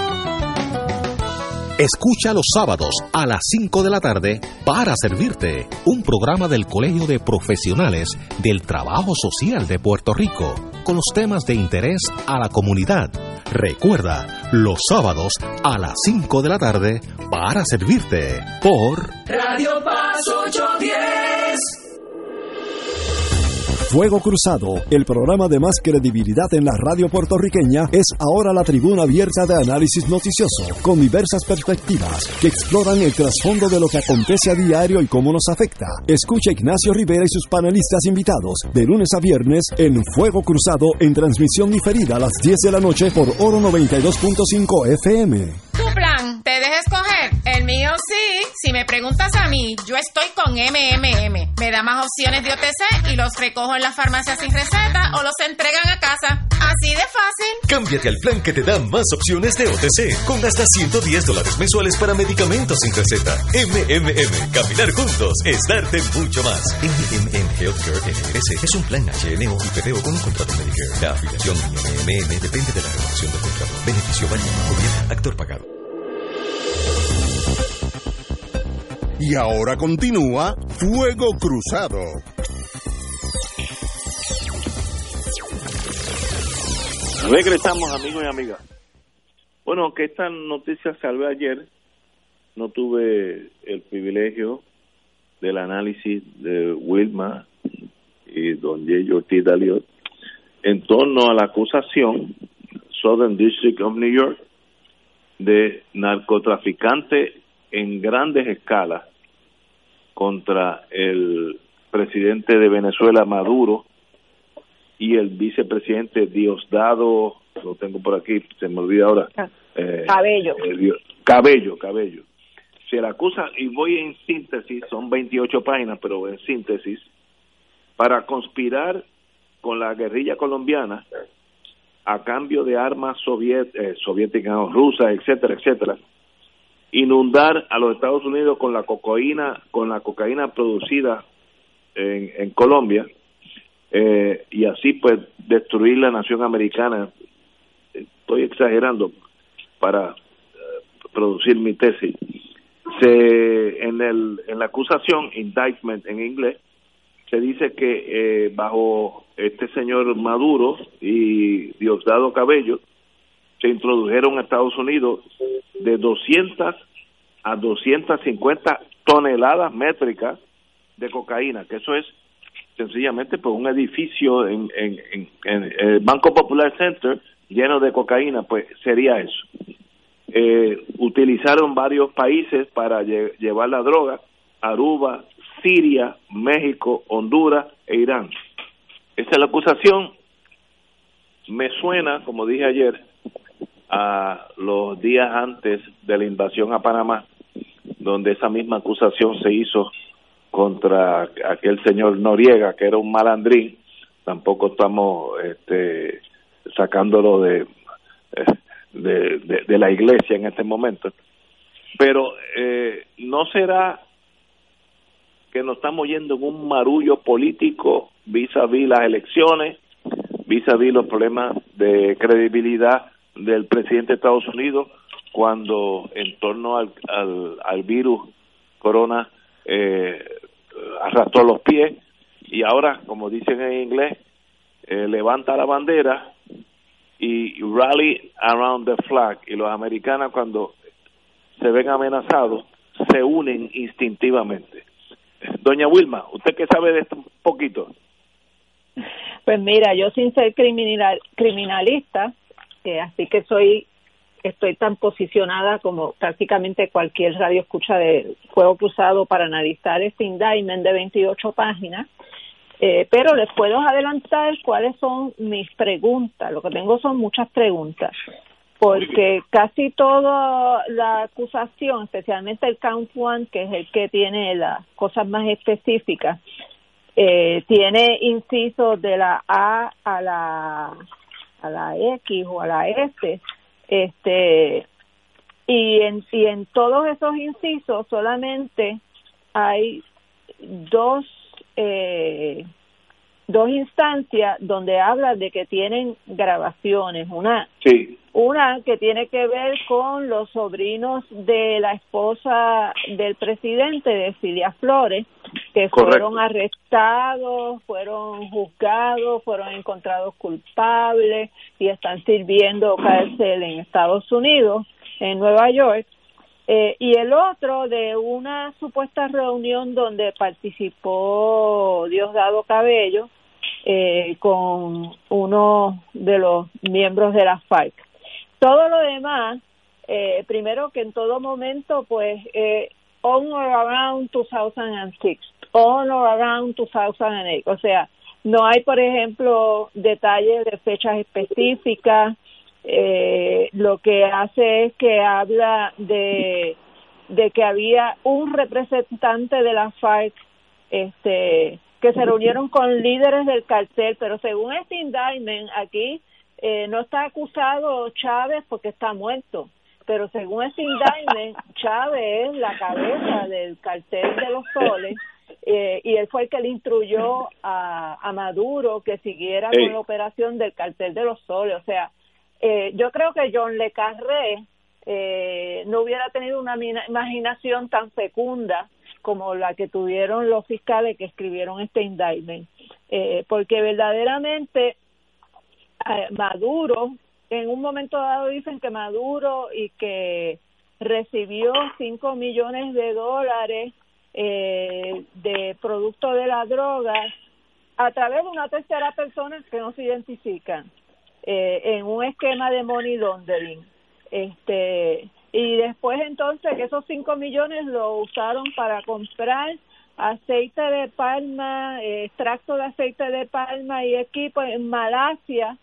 Escucha los sábados a las 5 de la tarde Para Servirte, un programa del Colegio de Profesionales del Trabajo Social de Puerto Rico, con los temas de interés a la comunidad. Recuerda, los sábados a las 5 de la tarde Para Servirte, por Radio Paz 810. Fuego Cruzado, el programa de más credibilidad en la radio puertorriqueña, es ahora la tribuna abierta de análisis noticioso, con diversas perspectivas que exploran el trasfondo de lo que acontece a diario y cómo nos afecta. Escucha Ignacio Rivera y sus panelistas invitados de lunes a viernes en Fuego Cruzado, en transmisión diferida a las 10 de la noche por Oro 92.5 FM. Tu plan, ¿te deja escoger? El mío sí. Si me preguntas a mí, yo estoy con MMM. Me da más opciones de OTC y los recojo en la farmacia sin receta o los entregan a casa. Así de fácil. Cámbiate al plan que te da más opciones de OTC, con hasta $110 mensuales para medicamentos sin receta. MMM. Caminar juntos es darte mucho más. MMM Healthcare LLC es un plan HMO y PPO con un contrato Medicare. La afiliación MMM depende de la renovación del contrato. Beneficio válido. Gobierno. Actor pagado. Y ahora continúa Fuego Cruzado. Regresamos, amigos y amigas. Bueno, aunque esta noticia salió ayer, no tuve el privilegio del análisis de Wilma y don J. Ortiz Daliot en torno a la acusación Southern District of New York de narcotraficante en grandes escalas contra el presidente de Venezuela, Maduro, y el vicepresidente Diosdado, lo tengo por aquí, se me olvida ahora. Cabello. Se le acusa, y voy en síntesis, son 28 páginas, pero en síntesis, para conspirar con la guerrilla colombiana a cambio de armas soviéticas, rusas, etcétera, etcétera, inundar a los Estados Unidos con la cocaína producida en Colombia, y así pues destruir la nación americana. Estoy exagerando para producir mi tesis. En la acusación, indictment en inglés, se dice que bajo este señor Maduro y Diosdado Cabello se introdujeron a Estados Unidos de 200 a 250 toneladas métricas de cocaína, que eso es sencillamente pues un edificio en el Banco Popular Center lleno de cocaína, pues sería eso. Utilizaron varios países para llevar la droga: Aruba, Siria, México, Honduras e Irán. Esa es la acusación. Me suena, como dije ayer, a los días antes de la invasión a Panamá, donde esa misma acusación se hizo contra aquel señor Noriega, que era un malandrín. Tampoco estamos sacándolo de la iglesia en este momento, pero ¿no será que nos estamos yendo en un marullo político vis-a-vis las elecciones, vis-a-vis los problemas de credibilidad del presidente de Estados Unidos, cuando en torno al virus corona arrastró los pies, y ahora, como dicen en inglés, levanta la bandera y rally around the flag, y los americanos, cuando se ven amenazados, se unen instintivamente? Doña Wilma, ¿usted qué sabe de esto un poquito? Pues mira, yo sin ser criminalista, así que estoy tan posicionada como prácticamente cualquier radio escucha de Fuego Cruzado para analizar este indictment de 28 páginas, pero les puedo adelantar cuáles son mis preguntas. Lo que tengo son muchas preguntas, porque casi toda la acusación, especialmente el count one, que es el que tiene las cosas más específicas, tiene incisos de la A a la X o a la S, y en todos esos incisos solamente hay dos instancias donde habla de que tienen grabaciones. Una que tiene que ver con los sobrinos de la esposa del presidente, de Cilia Flores, que fueron arrestados, fueron juzgados, fueron encontrados culpables y están sirviendo cárcel en Estados Unidos, en Nueva York. Y el otro de una supuesta reunión donde participó Diosdado Cabello con uno de los miembros de la FARC. Todo lo demás, primero que en todo momento, pues, on or around 2006, on or around 2008, o sea, no hay, por ejemplo, detalles de fechas específicas. Lo que hace es que habla de que había un representante de la FARC que se reunieron con líderes del cartel, pero según este indictment aquí no está acusado Chávez porque está muerto, pero según este indictment Chávez es la cabeza del cartel de los soles, y él fue el que le instruyó a Maduro que siguiera con la operación del cartel de los soles. O sea, yo creo que John le Carré no hubiera tenido una imaginación tan fecunda como la que tuvieron los fiscales que escribieron este indictment, porque verdaderamente Maduro, en un momento dado dicen que Maduro y que recibió $5 millones de producto de la droga a través de una tercera persona que no se identifican, en un esquema de money laundering, y después entonces que esos 5 millones lo usaron para comprar aceite de palma, extracto de aceite de palma y equipo en Malasia,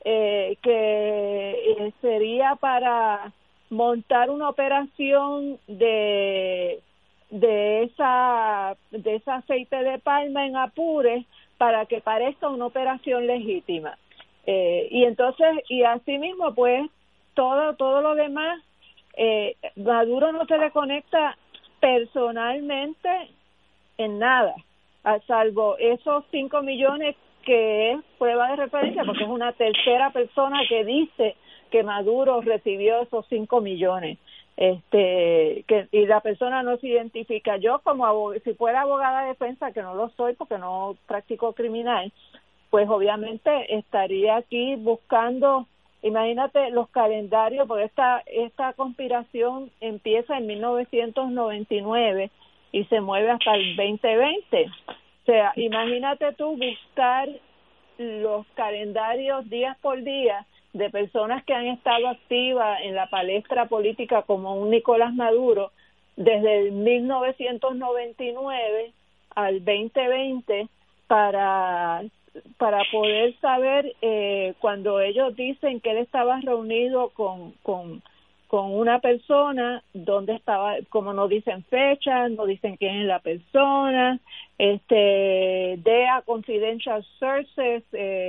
que sería para montar una operación de ese aceite de palma en Apures para que parezca una operación legítima. Y entonces, y así mismo, pues, todo lo demás, Maduro no se le conecta personalmente en nada, a salvo esos 5 millones que es prueba de referencia, porque es una tercera persona que dice que Maduro recibió esos 5 millones. Y la persona no se identifica. Yo como si fuera abogada de defensa, que no lo soy porque no practico criminal, pues obviamente estaría aquí buscando, imagínate los calendarios, porque esta conspiración empieza en 1999 y se mueve hasta el 2020. O sea, imagínate tú buscar los calendarios días por día de personas que han estado activas en la palestra política como un Nicolás Maduro desde el 1999 al 2020 para poder saber cuando ellos dicen que él estaba reunido con una persona, dónde estaba, como no dicen fechas, no dicen quién es la persona, DEA Confidential Sources,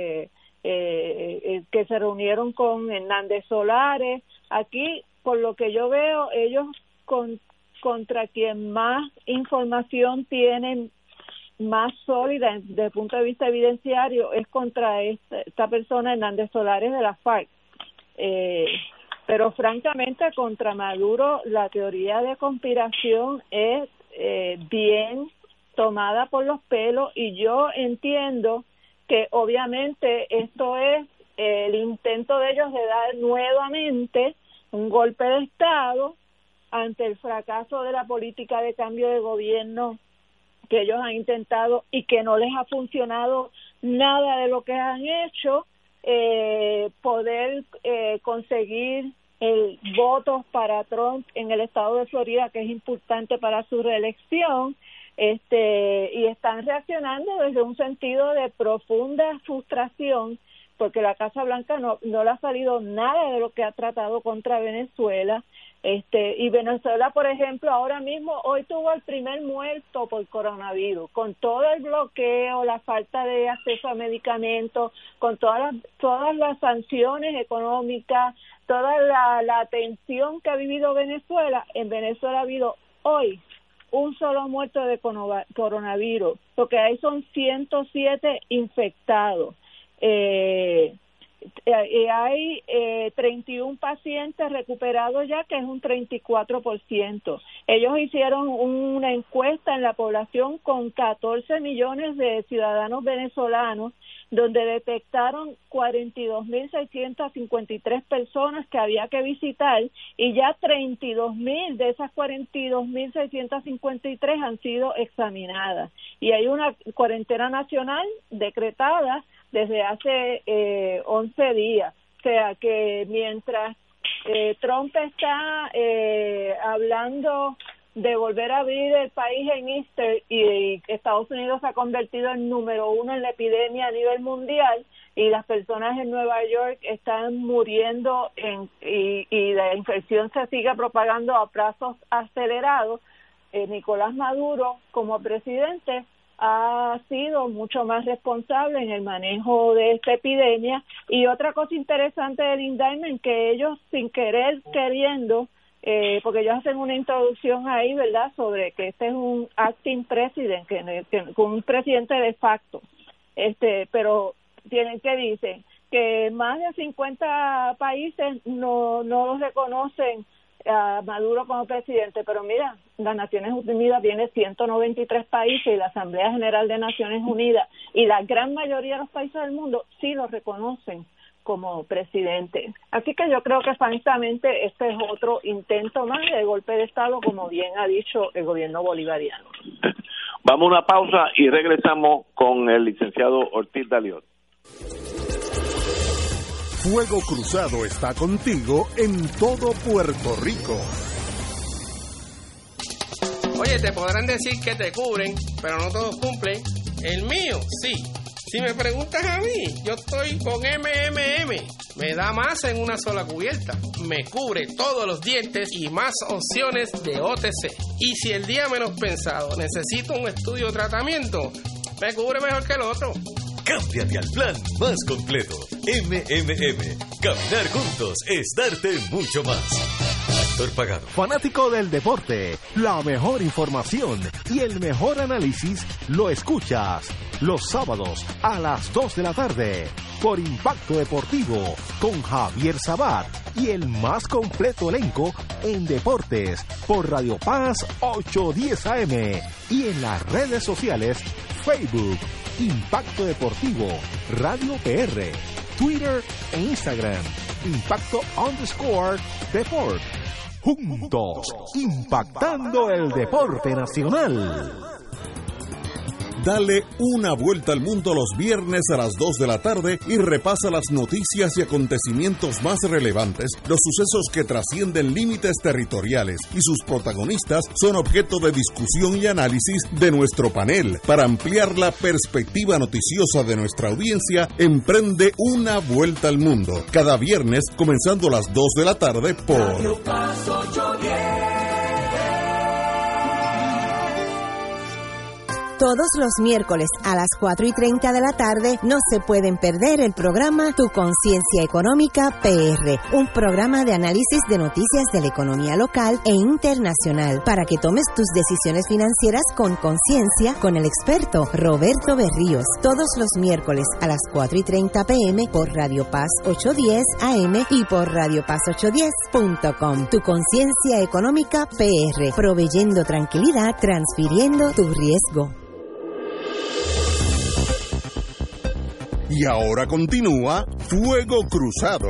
que se reunieron con Hernández Solares. Aquí, por lo que yo veo, ellos contra quien más información tienen, más sólida desde el punto de vista evidenciario, es contra esta persona, Hernández Solares, de la FARC. Pero francamente contra Maduro la teoría de conspiración es bien tomada por los pelos, y yo entiendo que obviamente esto es el intento de ellos de dar nuevamente un golpe de Estado ante el fracaso de la política de cambio de gobierno que ellos han intentado y que no les ha funcionado nada de lo que han hecho. Poder conseguir votos para Trump en el estado de Florida, que es importante para su reelección, y están reaccionando desde un sentido de profunda frustración, porque la Casa Blanca no le ha salido nada de lo que ha tratado contra Venezuela. Y Venezuela, por ejemplo, ahora mismo, hoy tuvo el primer muerto por coronavirus, con todo el bloqueo, la falta de acceso a medicamentos, con todas las sanciones económicas, toda la atención que ha vivido Venezuela. En Venezuela ha habido hoy un solo muerto de coronavirus, lo que hay son 107 infectados. Hay 31 pacientes recuperados ya, que es un 34%. Ellos hicieron una encuesta en la población con 14 millones de ciudadanos venezolanos, donde detectaron 42.653 personas que había que visitar y ya 32.000 de esas 42.653 han sido examinadas. Y hay una cuarentena nacional decretada desde hace 11 días. O sea que mientras Trump está hablando de volver a abrir el país en Easter y Estados Unidos se ha convertido en número 1 en la epidemia a nivel mundial y las personas en Nueva York están muriendo y la infección se sigue propagando a plazos acelerados, Nicolás Maduro como presidente ha sido mucho más responsable en el manejo de esta epidemia. Y otra cosa interesante del indictment, que ellos sin querer queriendo, porque ellos hacen una introducción ahí, ¿verdad?, sobre que este es un acting president, que un presidente de facto, pero tienen que dicen que más de 50 países no los reconocen a Maduro como presidente, pero mira, las Naciones Unidas tiene 193 países y la Asamblea General de Naciones Unidas y la gran mayoría de los países del mundo sí lo reconocen como presidente. Así que yo creo que francamente este es otro intento más de golpe de Estado, como bien ha dicho el gobierno bolivariano. Vamos a una pausa y regresamos con el licenciado Ortiz Daliot. Fuego Cruzado está contigo en todo Puerto Rico. Oye, te podrán decir que te cubren, pero no todos cumplen. El mío, sí. Si me preguntas a mí, yo estoy con MMM. Me da más en una sola cubierta. Me cubre todos los dientes y más opciones de OTC. Y si el día menos pensado necesito un estudio o tratamiento, me cubre mejor que el otro. Cámbiate al plan más completo. MMM. Caminar juntos es darte mucho más. Actor pagado. Fanático del deporte, la mejor información y el mejor análisis lo escuchas los sábados a las 2 de la tarde por Impacto Deportivo con Javier Sabat y el más completo elenco en deportes por Radio Paz 810 AM y en las redes sociales Facebook, Impacto Deportivo, Radio PR, Twitter e Instagram, Impacto_Deport. Juntos, impactando el deporte nacional. Dale una vuelta al mundo los viernes a las 2 de la tarde y repasa las noticias y acontecimientos más relevantes, los sucesos que trascienden límites territoriales y sus protagonistas son objeto de discusión y análisis de nuestro panel. Para ampliar la perspectiva noticiosa de nuestra audiencia, emprende una vuelta al mundo. Cada viernes, comenzando a las 2 de la tarde por Radio Paz 810. Todos los miércoles a las 4:30 de la tarde no se pueden perder el programa Tu Conciencia Económica PR, un programa de análisis de noticias de la economía local e internacional para que tomes tus decisiones financieras con conciencia con el experto Roberto Berríos. Todos los miércoles a las 4:30 p.m. por Radio Paz 810 AM y por radiopaz810.com. Tu Conciencia Económica PR, proveyendo tranquilidad, transfiriendo tu riesgo. Y ahora continúa Fuego Cruzado.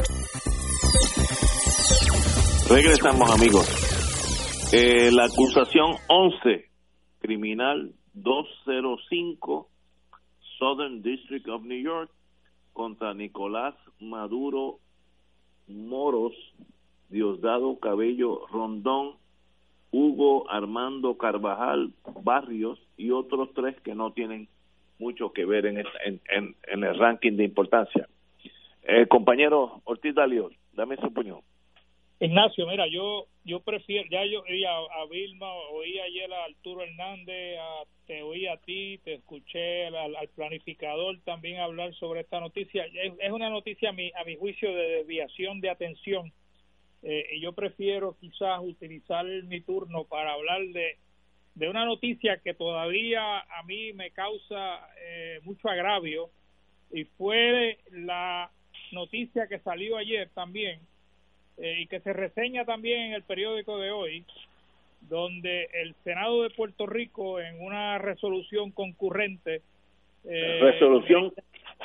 Regresamos, amigos. La acusación 11, criminal 205, Southern District of New York, contra Nicolás Maduro Moros, Diosdado Cabello Rondón, Hugo Armando Carvajal Barrios y otros 3 que no tienen mucho que ver en el ranking de importancia. Compañero Ortiz Daliot, dame su opinión. Ignacio, mira, yo prefiero, ya yo oí a Vilma, oí ayer a Arturo Hernández, te oí a ti, te escuché al planificador también hablar sobre esta noticia. Es una noticia a mi juicio de desviación de atención, y yo prefiero quizás utilizar mi turno para hablar de una noticia que todavía a mí me causa mucho agravio, y fue la noticia que salió ayer también, y que se reseña también en el periódico de hoy, donde el Senado de Puerto Rico, en una resolución concurrente, resolución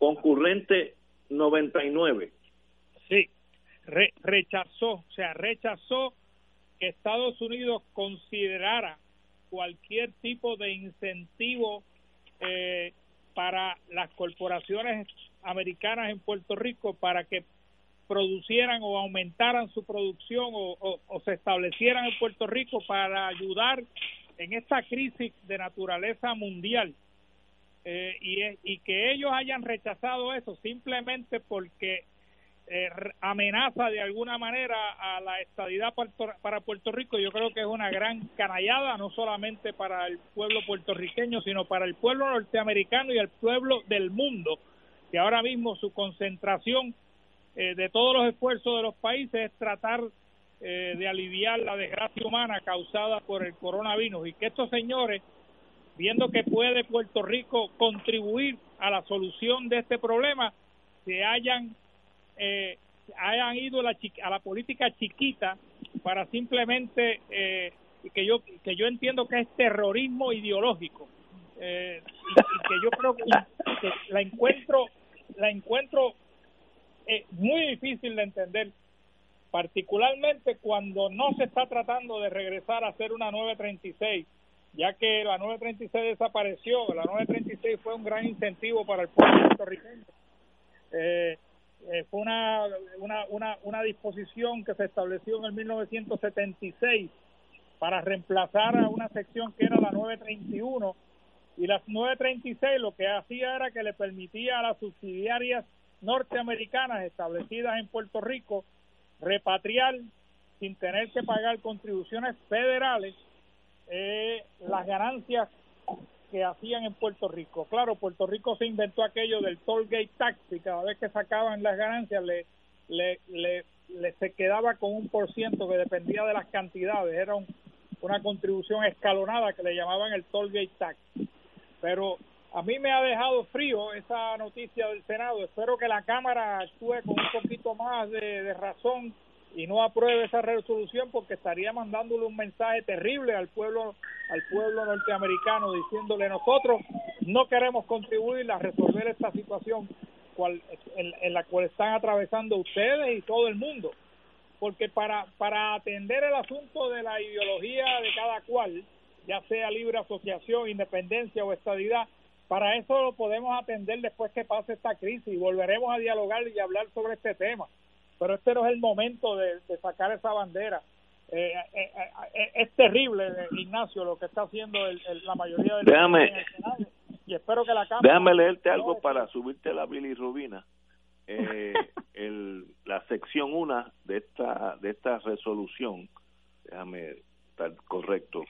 concurrente 99. Sí, rechazó que Estados Unidos considerara cualquier tipo de incentivo para las corporaciones americanas en Puerto Rico para que producieran o aumentaran su producción o se establecieran en Puerto Rico para ayudar en esta crisis de naturaleza mundial. Y que ellos hayan rechazado eso simplemente porque amenaza de alguna manera a la estadidad para Puerto Rico, yo creo que es una gran canallada, no solamente para el pueblo puertorriqueño, sino para el pueblo norteamericano y el pueblo del mundo, que ahora mismo su concentración de todos los esfuerzos de los países es tratar de aliviar la desgracia humana causada por el coronavirus, y que estos señores, viendo que puede Puerto Rico contribuir a la solución de este problema, se hayan ido a la política chiquita para simplemente que yo entiendo que es terrorismo ideológico, y que yo creo que la encuentro muy difícil de entender, particularmente cuando no se está tratando de regresar a hacer una 936, ya que la 936 desapareció. La 936 fue un gran incentivo para el pueblo puertorriqueño. Fue una disposición que se estableció en el 1976 para reemplazar a una sección que era la 931, y las 936 lo que hacía era que le permitía a las subsidiarias norteamericanas establecidas en Puerto Rico repatriar sin tener que pagar contribuciones federales las ganancias que hacían en Puerto Rico. Claro, Puerto Rico se inventó aquello del toll gate tax, y cada vez que sacaban las ganancias se quedaba con 1% que dependía de las cantidades. Era una contribución escalonada que le llamaban el toll gate tax. Pero a mí me ha dejado frío esa noticia del Senado. Espero que la Cámara actúe con un poquito más de razón y no apruebe esa resolución, porque estaría mandándole un mensaje terrible al pueblo norteamericano, diciéndole: nosotros no queremos contribuir a resolver esta situación en la cual están atravesando ustedes y todo el mundo, porque para atender el asunto de la ideología de cada cual, ya sea libre asociación, independencia o estadidad, para eso lo podemos atender después que pase esta crisis, y volveremos a dialogar y hablar sobre este tema. Pero este no es el momento de sacar esa bandera. Es terrible, Ignacio, lo que está haciendo la mayoría de los en el Senado, y espero que la Cámara... Déjame leerte algo para subirte la bilirrubina. La sección 1 de esta resolución, déjame estar correcto,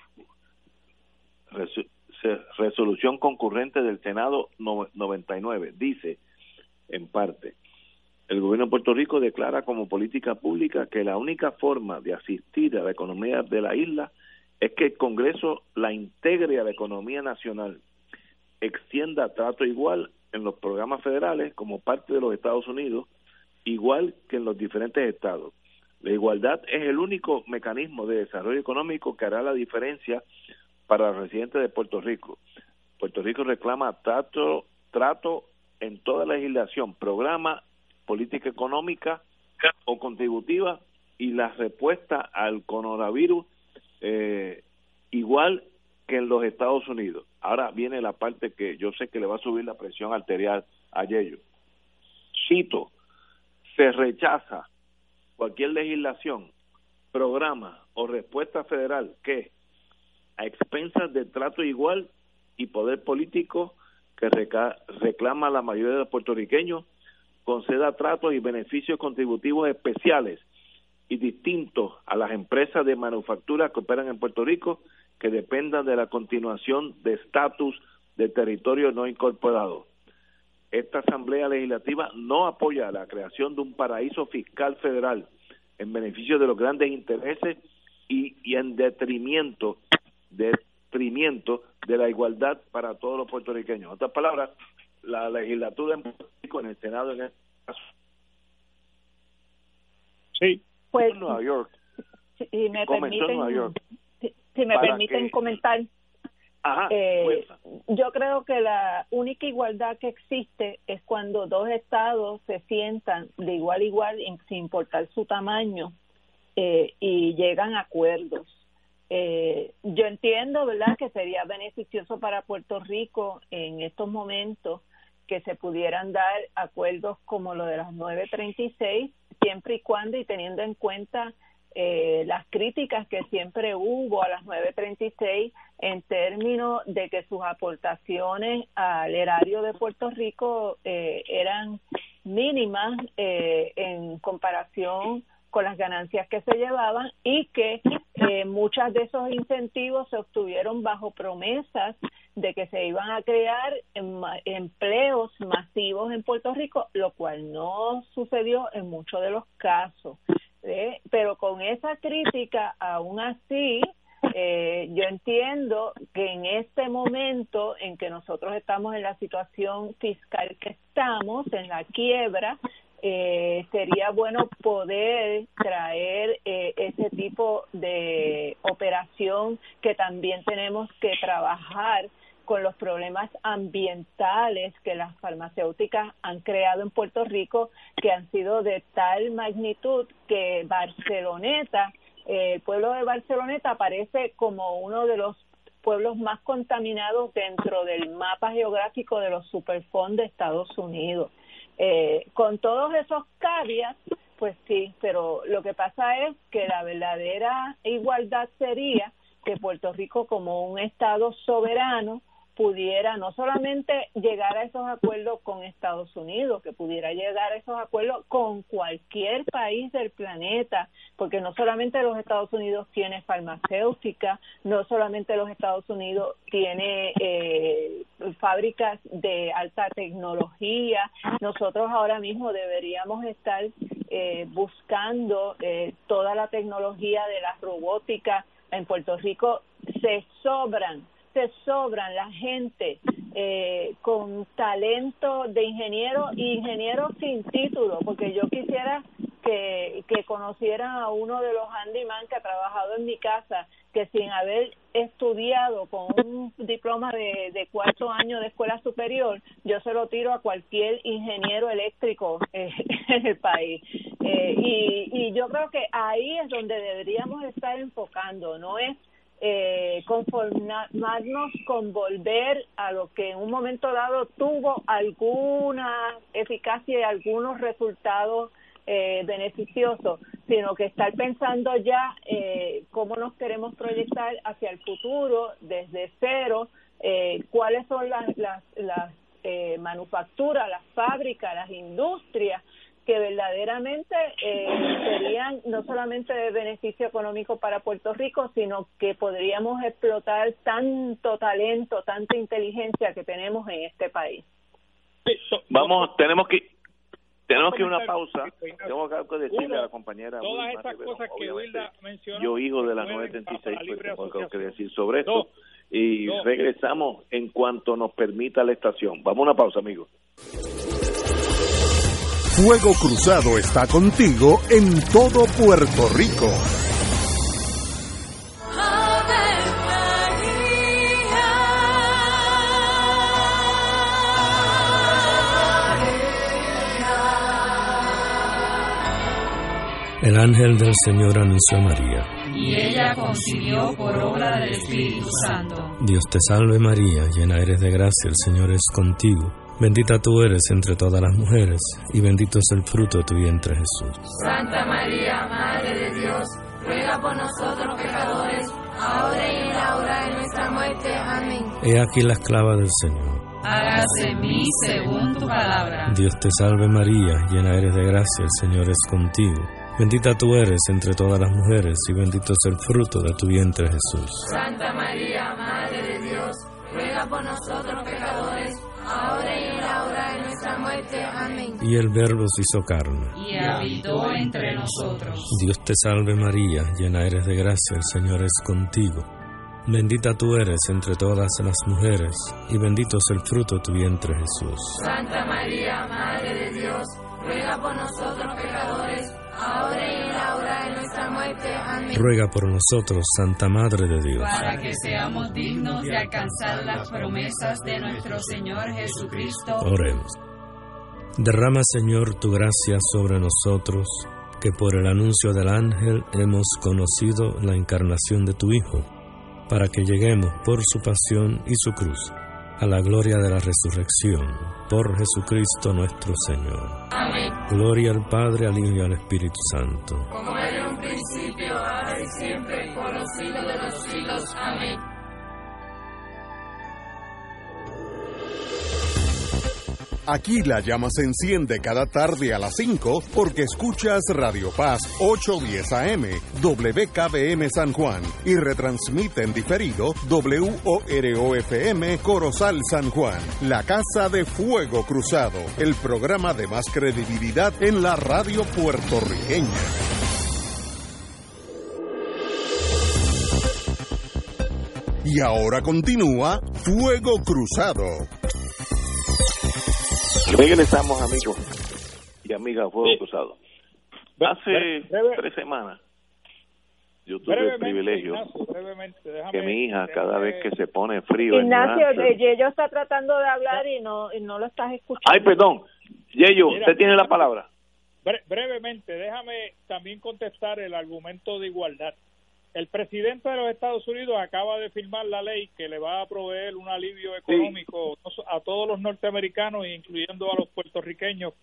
resolución concurrente del Senado 99, dice, en parte: el gobierno de Puerto Rico declara como política pública que la única forma de asistir a la economía de la isla es que el Congreso la integre a la economía nacional, extienda trato igual en los programas federales como parte de los Estados Unidos, igual que en los diferentes estados. La igualdad es el único mecanismo de desarrollo económico que hará la diferencia para los residentes de Puerto Rico. Puerto Rico reclama trato en toda la legislación, programa, política económica o contributiva, y la respuesta al coronavirus igual que en los Estados Unidos. Ahora viene la parte que yo sé que le va a subir la presión arterial a Yello. Cito: se rechaza cualquier legislación, programa o respuesta federal que, a expensas de trato igual y poder político que reclama la mayoría de los puertorriqueños, conceda tratos y beneficios contributivos especiales y distintos a las empresas de manufactura que operan en Puerto Rico, que dependan de la continuación de estatus de territorio no incorporado. Esta Asamblea Legislativa no apoya la creación de un paraíso fiscal federal en beneficio de los grandes intereses y en detrimento de la igualdad para todos los puertorriqueños. En otras palabras, la legislatura en Puerto Rico, en el Senado en este caso, sí, pues, en Nueva York, si me comenzó en Nueva York, si me permiten comentar, Yo creo que la única igualdad que existe es cuando dos estados se sientan de igual a igual sin importar su tamaño y llegan a acuerdos. Yo entiendo, ¿verdad?, que sería beneficioso para Puerto Rico en estos momentos que se pudieran dar acuerdos como lo de las 936, siempre y cuando y teniendo en cuenta las críticas que siempre hubo a las 936 en términos de que sus aportaciones al erario de Puerto Rico eran mínimas en comparación con las ganancias que se llevaban y que muchos de esos incentivos se obtuvieron bajo promesas de que se iban a crear empleos masivos en Puerto Rico, lo cual no sucedió en muchos de los casos. Pero con esa crítica, aún así, yo entiendo que en este momento en que nosotros estamos en la situación fiscal que estamos, en la quiebra, sería bueno poder traer ese tipo de operación que también tenemos que trabajar con los problemas ambientales que las farmacéuticas han creado en Puerto Rico, que han sido de tal magnitud que Barceloneta, el pueblo de Barceloneta aparece como uno de los pueblos más contaminados dentro del mapa geográfico de los Superfund de Estados Unidos. Con todos esos caveats, pues sí, pero lo que pasa es que la verdadera igualdad sería que Puerto Rico, como un estado soberano, pudiera no solamente llegar a esos acuerdos con Estados Unidos, que pudiera llegar a esos acuerdos con cualquier país del planeta, porque no solamente los Estados Unidos tiene farmacéutica, no solamente los Estados Unidos tiene fábricas de alta tecnología, nosotros ahora mismo deberíamos estar buscando toda la tecnología de la robótica. En Puerto Rico se sobran la gente con talento de ingeniero y ingenieros sin título, porque yo quisiera que conocieran a uno de los handyman que ha trabajado en mi casa, que sin haber estudiado con un diploma de 4 años de escuela superior, yo se lo tiro a cualquier ingeniero eléctrico en el país. Y yo creo que ahí es donde deberíamos estar enfocando, no es conformarnos con volver a lo que en un momento dado tuvo alguna eficacia y algunos resultados beneficiosos, sino que estar pensando ya cómo nos queremos proyectar hacia el futuro desde cero, cuáles son las manufacturas, las fábricas, las industrias que verdaderamente serían no solamente de beneficio económico para Puerto Rico, sino que podríamos explotar tanto talento, tanta inteligencia que tenemos en este país. Tenemos que ir a una pausa. Tengo que decirle a la compañera todas esas cosas que Wilda mencionó. Yo, hijo de la 936, pues tengo algo que decir sobre esto. Y regresamos en cuanto nos permita la estación. Vamos a una pausa, amigos. Fuego Cruzado está contigo en todo Puerto Rico. El ángel del Señor anunció a María. Y ella concibió por obra del Espíritu Santo. Dios te salve María, llena eres de gracia, el Señor es contigo. Bendita tú eres entre todas las mujeres, y bendito es el fruto de tu vientre, Jesús. Santa María, Madre de Dios, ruega por nosotros pecadores, ahora y en la hora de nuestra muerte. Amén. He aquí la esclava del Señor. Hágase en mí según tu palabra. Dios te salve María, llena eres de gracia, el Señor es contigo. Bendita tú eres entre todas las mujeres, y bendito es el fruto de tu vientre, Jesús. Santa María, Madre de Dios, ruega por nosotros pecadores, ahora y en la hora de nuestra muerte. Amén. Y el Verbo se hizo carne, y habitó entre nosotros. Dios te salve María, llena eres de gracia, el Señor es contigo. Bendita tú eres entre todas las mujeres, y bendito es el fruto de tu vientre, Jesús. Santa María, Madre de Dios, ruega por nosotros pecadores, ahora y en la hora de nuestra muerte. muerte. Amén. Ruega por nosotros, Santa Madre de Dios, para que seamos dignos de alcanzar las promesas de nuestro Señor Jesucristo. Oremos. Derrama, Señor, tu gracia sobre nosotros, que por el anuncio del ángel hemos conocido la encarnación de tu Hijo, para que lleguemos por su pasión y su cruz a la gloria de la resurrección, por Jesucristo nuestro Señor. Amén. Gloria al Padre, al Hijo y al Espíritu Santo. Como era en un principio, ahora y siempre, por los siglos de los siglos. Amén. Aquí la llama se enciende cada tarde a las 5 porque escuchas Radio Paz 810 AM, WKBM San Juan y retransmite en diferido WOROFM Corozal San Juan, la Casa de Fuego Cruzado, el programa de más credibilidad en la radio puertorriqueña. Y ahora continúa Fuego Cruzado. Regresamos, amigos y amigas, Fuego Cruzado. Hace 3 semanas yo tuve el privilegio que mi hija, cada vez que se pone frío... Ignacio, Yeyo está tratando de hablar y no lo estás escuchando. Ay, perdón. Yeyo, usted tiene la palabra. Brevemente, déjame también contestar el argumento de igualdad. El presidente de los Estados Unidos acaba de firmar la ley que le va a proveer un alivio económico a todos los norteamericanos, incluyendo a los puertorriqueños,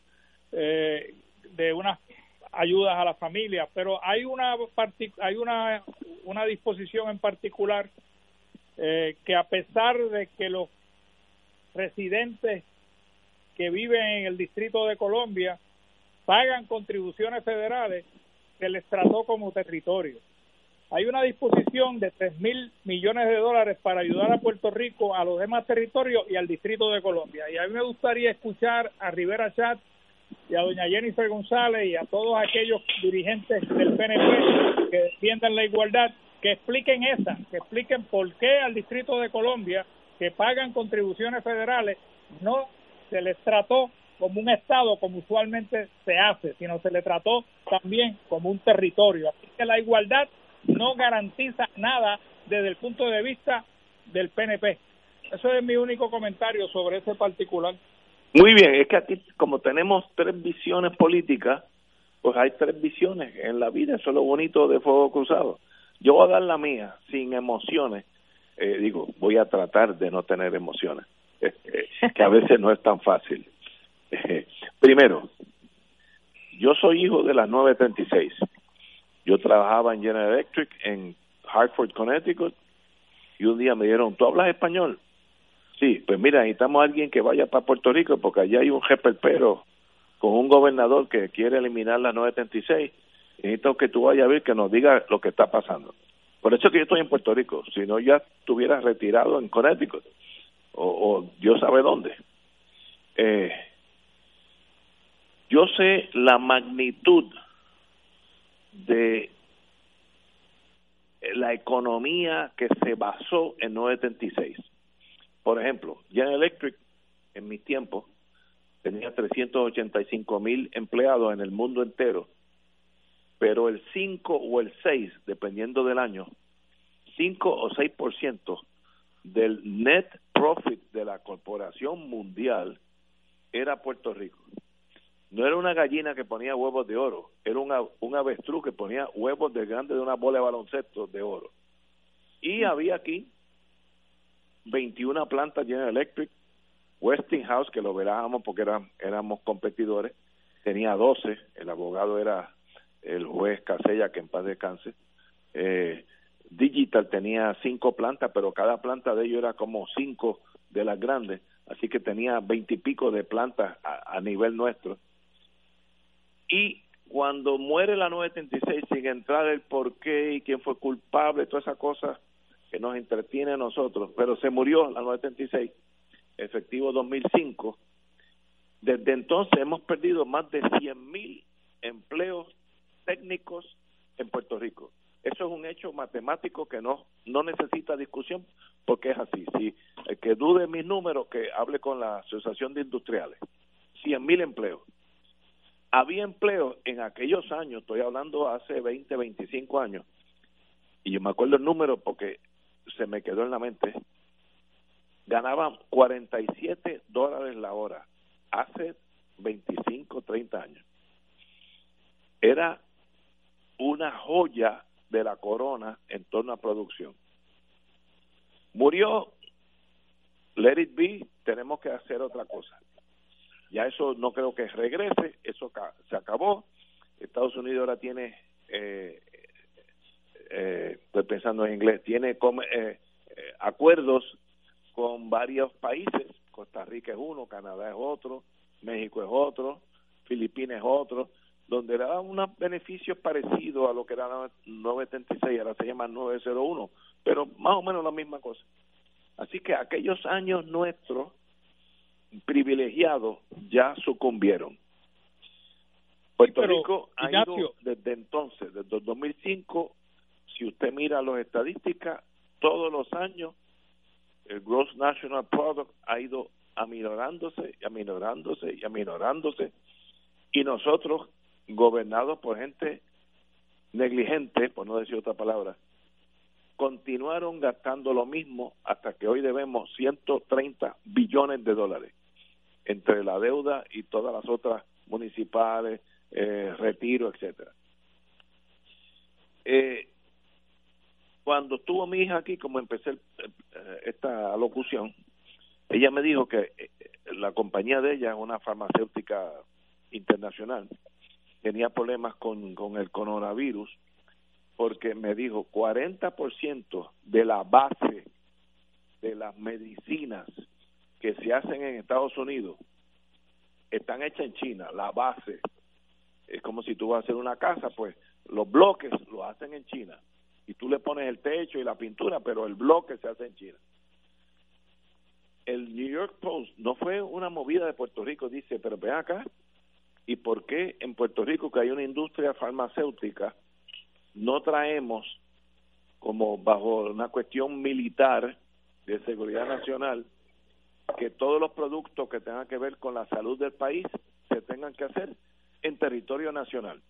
de unas ayudas a las familias. Pero hay una disposición en particular que, a pesar de que los residentes que viven en el Distrito de Columbia pagan contribuciones federales, se les trató como territorio. Hay una disposición de $3,000 millones para ayudar a Puerto Rico, a los demás territorios y al Distrito de Columbia. Y a mí me gustaría escuchar a Rivera Schatz y a doña Jennifer González y a todos aquellos dirigentes del PNP que defiendan la igualdad, que expliquen por qué al Distrito de Columbia, que pagan contribuciones federales, no se les trató como un estado como usualmente se hace, sino se le trató también como un territorio. Así que la igualdad no garantiza nada desde el punto de vista del PNP. Eso es mi único comentario sobre ese particular. Muy bien, es que aquí, como tenemos 3 visiones políticas, pues hay 3 visiones en la vida. Eso es lo bonito de Fuego Cruzado. Yo voy a dar la mía sin emociones. Voy a tratar de no tener emociones, que a veces no es tan fácil. Primero, yo soy hijo de las 936. Yo trabajaba en General Electric en Hartford, Connecticut, y un día me dijeron, ¿tú hablas español? Sí, pues mira, necesitamos a alguien que vaya para Puerto Rico porque allá hay un jeperpero con un gobernador que quiere eliminar la 936. Necesito que tú vayas a ver, que nos diga lo que está pasando. Por eso es que yo estoy en Puerto Rico, si no ya estuviera retirado en Connecticut, o Dios sabe dónde. Yo sé la magnitud de la economía que se basó en 936. Por ejemplo, General Electric en mis tiempos tenía 385,000 empleados en el mundo entero, pero el 5 o el 6, dependiendo del año, 5 o 6% del net profit de la corporación mundial era Puerto Rico. No era una gallina que ponía huevos de oro, era un avestruz que ponía huevos de grande de una bola de baloncesto de oro. Y había aquí 21 plantas General Electric, Westinghouse, que lo verábamos porque éramos competidores, tenía 12, el abogado era el juez Casella, que en paz descanse. Digital tenía 5 plantas, pero cada planta de ellos era como 5 de las grandes, así que tenía 20 y pico de plantas a nivel nuestro. Y cuando muere la 936, sin entrar el por qué y quién fue culpable, toda esa cosa que nos entretiene a nosotros, pero se murió la 936, efectivo 2005. Desde entonces hemos perdido más de 100,000 empleos técnicos en Puerto Rico. Eso es un hecho matemático que no necesita discusión, porque es así. Si el que dude mis números, que hable con la Asociación de Industriales. 100,000 empleos. había empleo en aquellos años, estoy hablando hace 20, 25 años, y yo me acuerdo el número porque se me quedó en la mente, ganaban $47 la hora hace 25, 30 años. Era una joya de la corona en torno a producción. Murió, let it be, tenemos que hacer otra cosa. Ya eso no creo que regrese, eso se acabó. Estados Unidos ahora tiene, estoy pensando en inglés, tiene acuerdos con varios países. Costa Rica es uno, Canadá es otro, México es otro, Filipinas es otro, donde le dan unos beneficios parecidos a lo que era la 976, ahora se llama 901, pero más o menos la misma cosa. Así que aquellos años nuestros privilegiados ya sucumbieron. Puerto Rico ha ido desde entonces, desde el 2005, si usted mira las estadísticas, todos los años el Gross National Product ha ido aminorándose y aminorándose y aminorándose, y nosotros, gobernados por gente negligente, por no decir otra palabra, continuaron gastando lo mismo hasta que hoy debemos $130 billones entre la deuda y todas las otras municipales, retiro, etcétera. Cuando estuvo mi hija aquí, como empecé esta locución, ella me dijo que la compañía de ella, una farmacéutica internacional, tenía problemas con el coronavirus, porque me dijo 40% de la base de las medicinas que se hacen en Estados Unidos están hechas en China. La base es como si tú vas a hacer una casa, pues los bloques lo hacen en China y tú le pones el techo y la pintura, pero el bloque se hace en China. El New York Post no fue una movida de Puerto Rico, dice, pero ven acá, ¿y por qué en Puerto Rico, que hay una industria farmacéutica, no traemos, como bajo una cuestión militar de seguridad nacional, que todos los productos que tengan que ver con la salud del país se tengan que hacer en territorio nacional?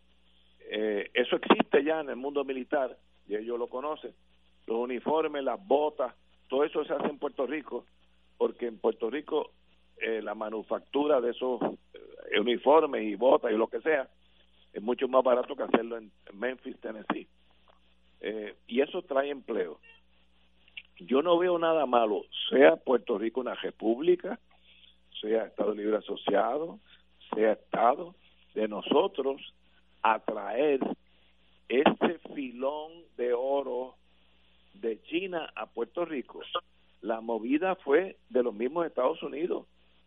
Eso existe ya en el mundo militar, y ellos lo conocen. Los uniformes, las botas, todo eso se hace en Puerto Rico, porque en Puerto Rico la manufactura de esos uniformes y botas y lo que sea es mucho más barato que hacerlo en Memphis, Tennessee. Y eso trae empleo. Yo no veo nada malo, sea Puerto Rico una república, sea Estado Libre Asociado, sea Estado, de nosotros atraer ese filón de oro de China a Puerto Rico. La movida fue de los mismos Estados Unidos.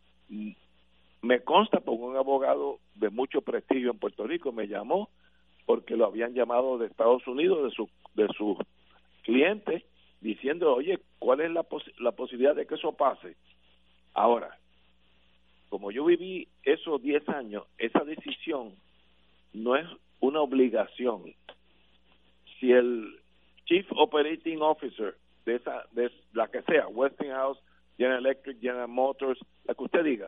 Me consta, porque un abogado de mucho prestigio en Puerto Rico me llamó porque lo habían llamado de Estados Unidos, de sus clientes, diciendo, oye, ¿cuál es la posibilidad de que eso pase? Ahora, como yo viví esos 10 años, esa decisión no es una obligación. Si el Chief Operating Officer de la que sea, Westinghouse, General Electric, General Motors, la que usted diga,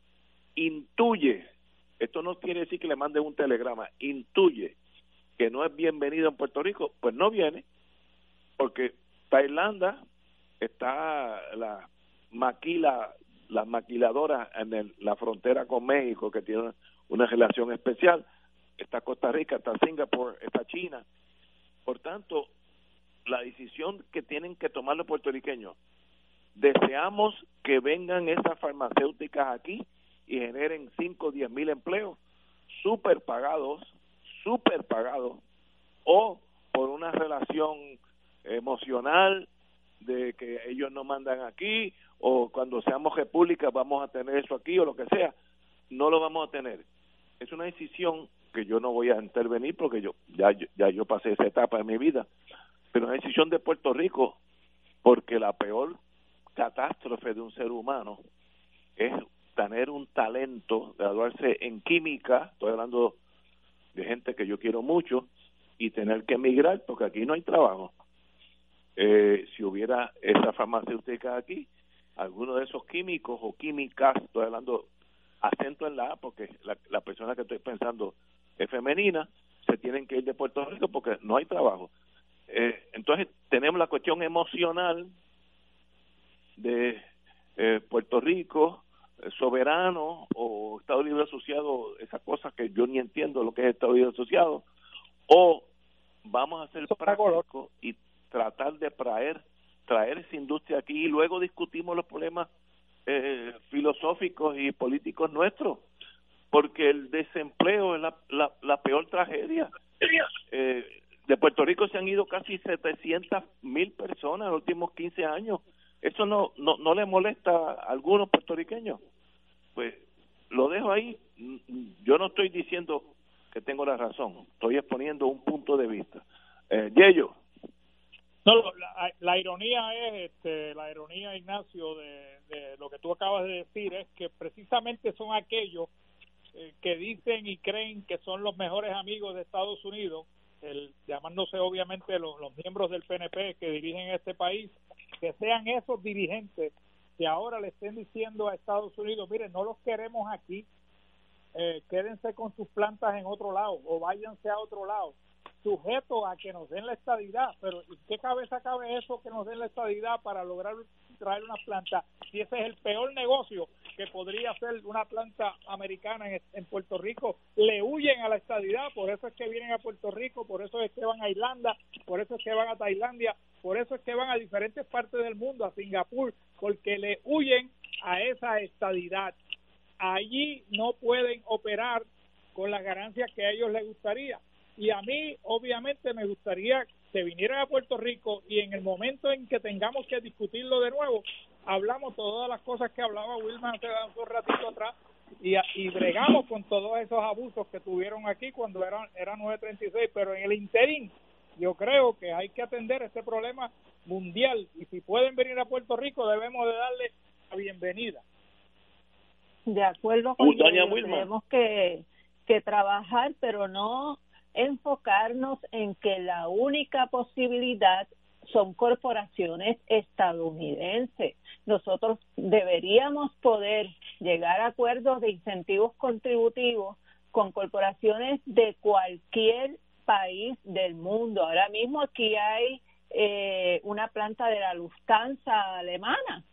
intuye, esto no quiere decir que le mande un telegrama, intuye que no es bienvenido en Puerto Rico, pues no viene, porque Tailandia está las maquiladoras en la frontera con México, que tiene una relación especial, está Costa Rica, está Singapur, está China. Por tanto, la decisión que tienen que tomar los puertorriqueños, deseamos que vengan esas farmacéuticas aquí y generen 5 o 10 mil empleos súper pagados, o por una relación emocional de que ellos no mandan aquí, o cuando seamos república vamos a tener eso aquí, o lo que sea. No lo vamos a tener. Es una decisión que yo no voy a intervenir porque yo pasé esa etapa de mi vida, pero una decisión de Puerto Rico, porque la peor catástrofe de un ser humano es tener un talento, graduarse en química, estoy hablando de gente que yo quiero mucho, y tener que emigrar porque aquí no hay trabajo. Si hubiera esa farmacéutica aquí, alguno de esos químicos o químicas, estoy hablando acento en la A, porque la persona que estoy pensando es femenina, se tienen que ir de Puerto Rico porque no hay trabajo. Entonces tenemos la cuestión emocional de Puerto Rico, soberano o Estado Libre Asociado, esas cosas que yo ni entiendo lo que es Estado Libre Asociado, o vamos a ser prácticos y tratar de traer esa industria aquí y luego discutimos los problemas filosóficos y políticos nuestros, porque el desempleo es la peor tragedia. De Puerto Rico se han ido casi 700,000 personas en los últimos 15 años. ¿Eso no le molesta a algunos puertorriqueños? Pues lo dejo ahí. Yo no estoy diciendo que tengo la razón, estoy exponiendo un punto de vista. Yello. No, la ironía es, la ironía, Ignacio, de lo que tú acabas de decir, es que precisamente son aquellos que dicen y creen que son los mejores amigos de Estados Unidos, llamándose obviamente los miembros del PNP que dirigen este país, que sean esos dirigentes que ahora le estén diciendo a Estados Unidos, miren, no los queremos aquí, quédense con sus plantas en otro lado o váyanse a otro lado, sujeto a que nos den la estadidad. Pero ¿en qué cabeza cabe eso, que nos den la estadidad para lograr traer una planta? Si ese es el peor negocio que podría hacer una planta americana en Puerto Rico, le huyen a la estadidad, por eso es que vienen a Puerto Rico, por eso es que van a Irlanda, por eso es que van a Tailandia, por eso es que van a diferentes partes del mundo, a Singapur, porque le huyen a esa estadidad. Allí no pueden operar con las ganancias que a ellos les gustaría. Y a mí, obviamente, me gustaría que vinieran a Puerto Rico y en el momento en que tengamos que discutirlo de nuevo, hablamos todas las cosas que hablaba Wilma hace un ratito atrás y bregamos con todos esos abusos que tuvieron aquí cuando era 936, pero en el interín yo creo que hay que atender este problema mundial y si pueden venir a Puerto Rico debemos de darle la bienvenida. De acuerdo con Doña Wilma. Tenemos que trabajar, pero no enfocarnos en que la única posibilidad son corporaciones estadounidenses. Nosotros deberíamos poder llegar a acuerdos de incentivos contributivos con corporaciones de cualquier país del mundo. Ahora mismo aquí hay una planta de la Lufthansa alemana,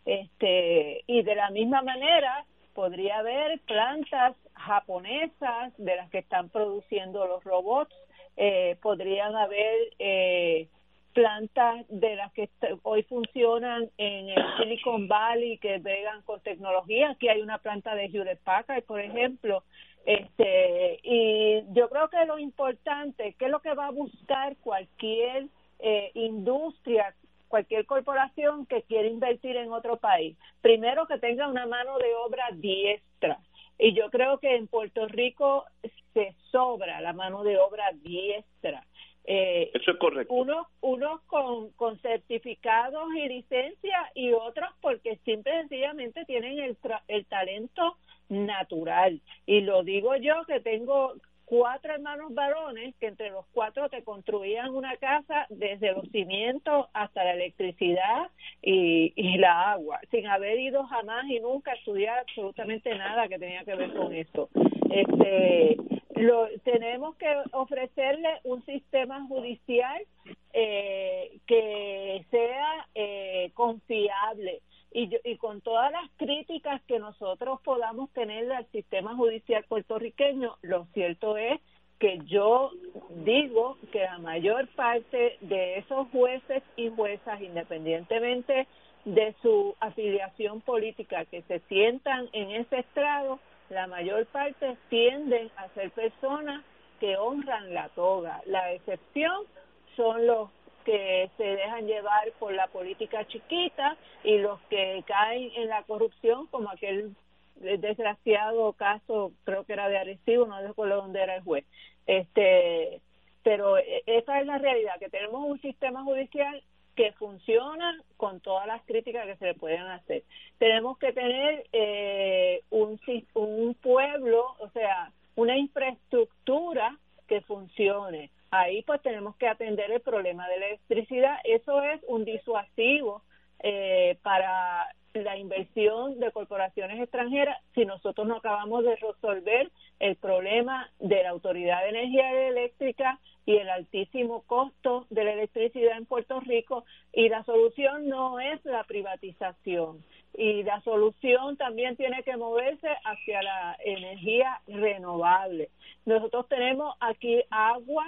y de la misma manera podría haber plantas japonesas de las que están produciendo los robots, podrían haber plantas de las que hoy funcionan en el Silicon Valley que bregan con tecnología. Aquí hay una planta de Hewlett Packard, por ejemplo, y yo creo que lo importante, ¿qué es lo que va a buscar cualquier industria, cualquier corporación que quiera invertir en otro país? Primero, que tenga una mano de obra diestra. Y yo creo que en Puerto Rico se sobra la mano de obra diestra. Eso es correcto. Unos con certificados y licencias y otros porque simple y sencillamente tienen el talento natural. Y lo digo yo, que tengo 4 hermanos varones que entre los 4 te construían una casa desde los cimientos hasta la electricidad y la agua, sin haber ido jamás y nunca a estudiar absolutamente nada que tenía que ver con eso. Tenemos que ofrecerle un sistema judicial que sea confiable. Y con todas las críticas que nosotros podamos tener al sistema judicial puertorriqueño, lo cierto es que yo digo que la mayor parte de esos jueces y juezas, independientemente de su afiliación política, que se sientan en ese estrado, la mayor parte tienden a ser personas que honran la toga. La excepción son los que se dejan llevar por la política chiquita y los que caen en la corrupción, como aquel desgraciado caso, creo que era de Arecibo, no recuerdo dónde era el juez. Pero esa es la realidad, que tenemos un sistema judicial que funciona con todas las críticas que se le pueden hacer. Tenemos que tener un pueblo, o sea, una infraestructura que funcione. Ahí pues tenemos que atender el problema de la electricidad. Eso es un disuasivo para la inversión de corporaciones extranjeras si nosotros no acabamos de resolver el problema de la Autoridad de Energía Eléctrica y el altísimo costo de la electricidad en Puerto Rico. Y la solución no es la privatización, y la solución también tiene que moverse hacia la energía renovable. Nosotros tenemos aquí agua,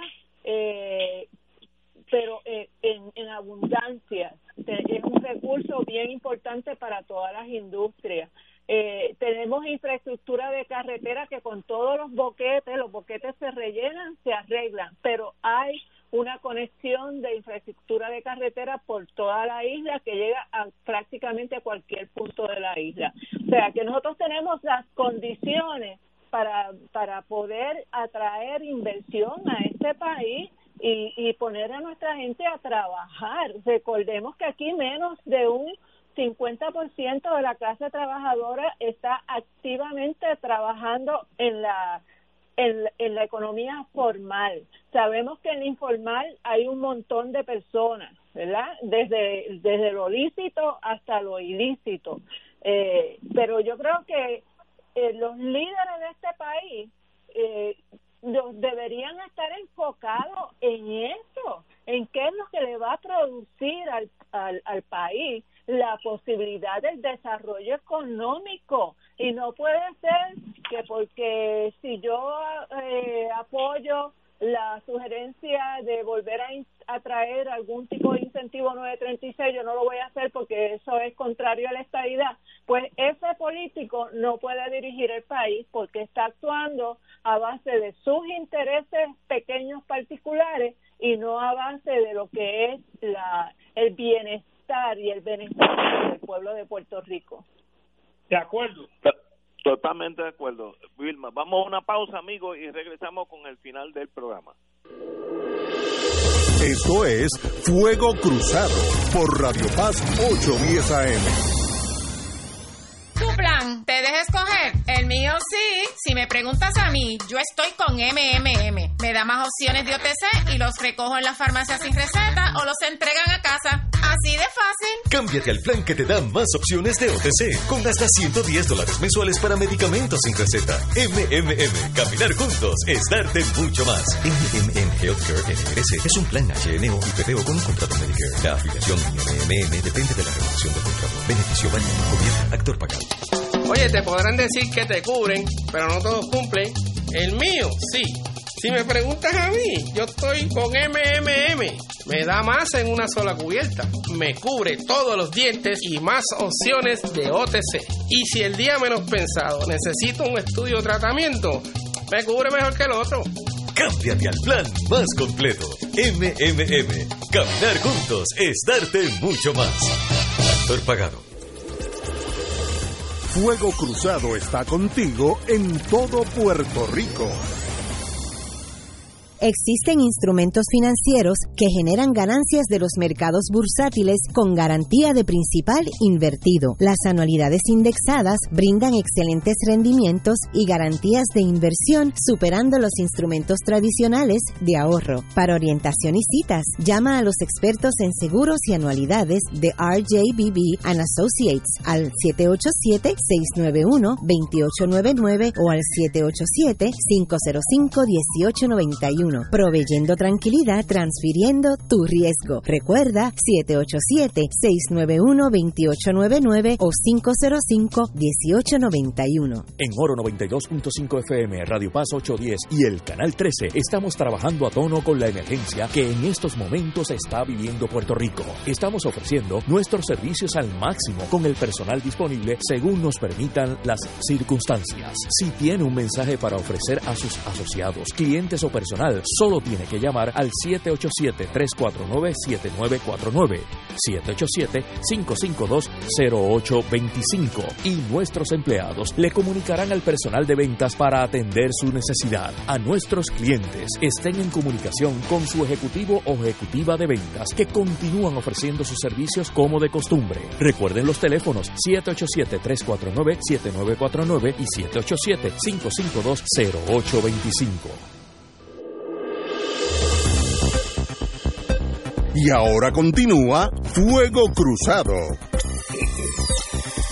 pero en abundancia. Es un recurso bien importante para todas las industrias. Tenemos infraestructura de carretera que con todos los boquetes se rellenan, se arreglan, pero hay una conexión de infraestructura de carretera por toda la isla que llega a prácticamente cualquier punto de la isla. O sea, que nosotros tenemos las condiciones para poder atraer inversión a este país y poner a nuestra gente a trabajar. Recordemos que aquí menos de un 50% de la clase trabajadora está activamente trabajando en la economía formal. Sabemos que en la informal hay un montón de personas, ¿verdad? Desde lo lícito hasta lo ilícito. Pero yo creo que los líderes de este país deberían estar enfocados en eso, en qué es lo que le va a producir al país la posibilidad del desarrollo económico. Y no puede ser que porque si yo apoyo la sugerencia de volver a traer algún tipo de incentivo 936, yo no lo voy a hacer porque eso es contrario a la estadidad. Pues ese político no puede dirigir el país porque está actuando a base de sus intereses pequeños particulares y no a base de lo que es el bienestar y el beneficio del pueblo de Puerto Rico. De acuerdo. Totalmente de acuerdo. Vilma, vamos a una pausa, amigos, y regresamos con el final del programa. Esto es Fuego Cruzado por Radio Paz 810 AM. Tu plan, ¿te deja escoger? El mío sí. Si me preguntas a mí, yo estoy con MMM. Me da más opciones de OTC y los recojo en la farmacia sin receta o los entregan a casa. Así de fácil. Cámbiate al plan que te da más opciones de OTC, con hasta $110 mensuales para medicamentos sin receta. MMM, caminar juntos es darte mucho más. MMM Healthcare NRS es un plan HMO y PPO con un contrato Medicare. La afiliación MMM depende de la renovación del contrato. Beneficio válido. Gobierno, actor pagado. Oye, te podrán decir que te cubren, pero no todos cumplen. El mío, sí. Si me preguntas a mí, yo estoy con MMM. Me da más en una sola cubierta. Me cubre todos los dientes y más opciones de OTC. Y si el día menos pensado necesito un estudio o tratamiento, me cubre mejor que el otro. Cámbiate al plan más completo. MMM. Caminar juntos es darte mucho más. Actor pagado. Fuego Cruzado está contigo en todo Puerto Rico. Existen instrumentos financieros que generan ganancias de los mercados bursátiles con garantía de principal invertido. Las anualidades indexadas brindan excelentes rendimientos y garantías de inversión superando los instrumentos tradicionales de ahorro. Para orientación y citas, llama a los expertos en seguros y anualidades de RJBB & Associates al 787-691-2899 o al 787-505-1891. Proveyendo tranquilidad, transfiriendo tu riesgo. Recuerda 787-691-2899 o 505-1891. En Oro 92.5 FM, Radio Paz 810 y el Canal 13 estamos trabajando a tono con la emergencia que en estos momentos está viviendo Puerto Rico. Estamos ofreciendo nuestros servicios al máximo con el personal disponible según nos permitan las circunstancias. Si tiene un mensaje para ofrecer a sus asociados, clientes o personal, solo tiene que llamar al 787-349-7949, 787-552-0825 y nuestros empleados le comunicarán al personal de ventas para atender su necesidad. A nuestros clientes, estén en comunicación con su ejecutivo o ejecutiva de ventas que continúan ofreciendo sus servicios como de costumbre. Recuerden los teléfonos 787-349-7949 y 787-552-0825. Y ahora continúa Fuego Cruzado.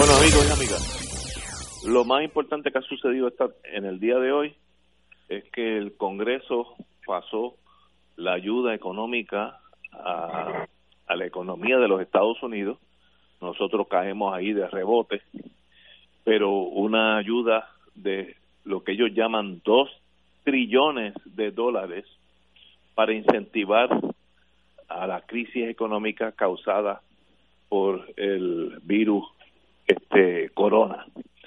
Bueno, amigos y amigas, lo más importante que ha sucedido en el día de hoy es que el Congreso pasó la ayuda económica a la economía de los Estados Unidos. Nosotros caemos ahí de rebote, pero una ayuda de lo que ellos llaman $2 trillones para incentivar a la crisis económica causada por el virus corona.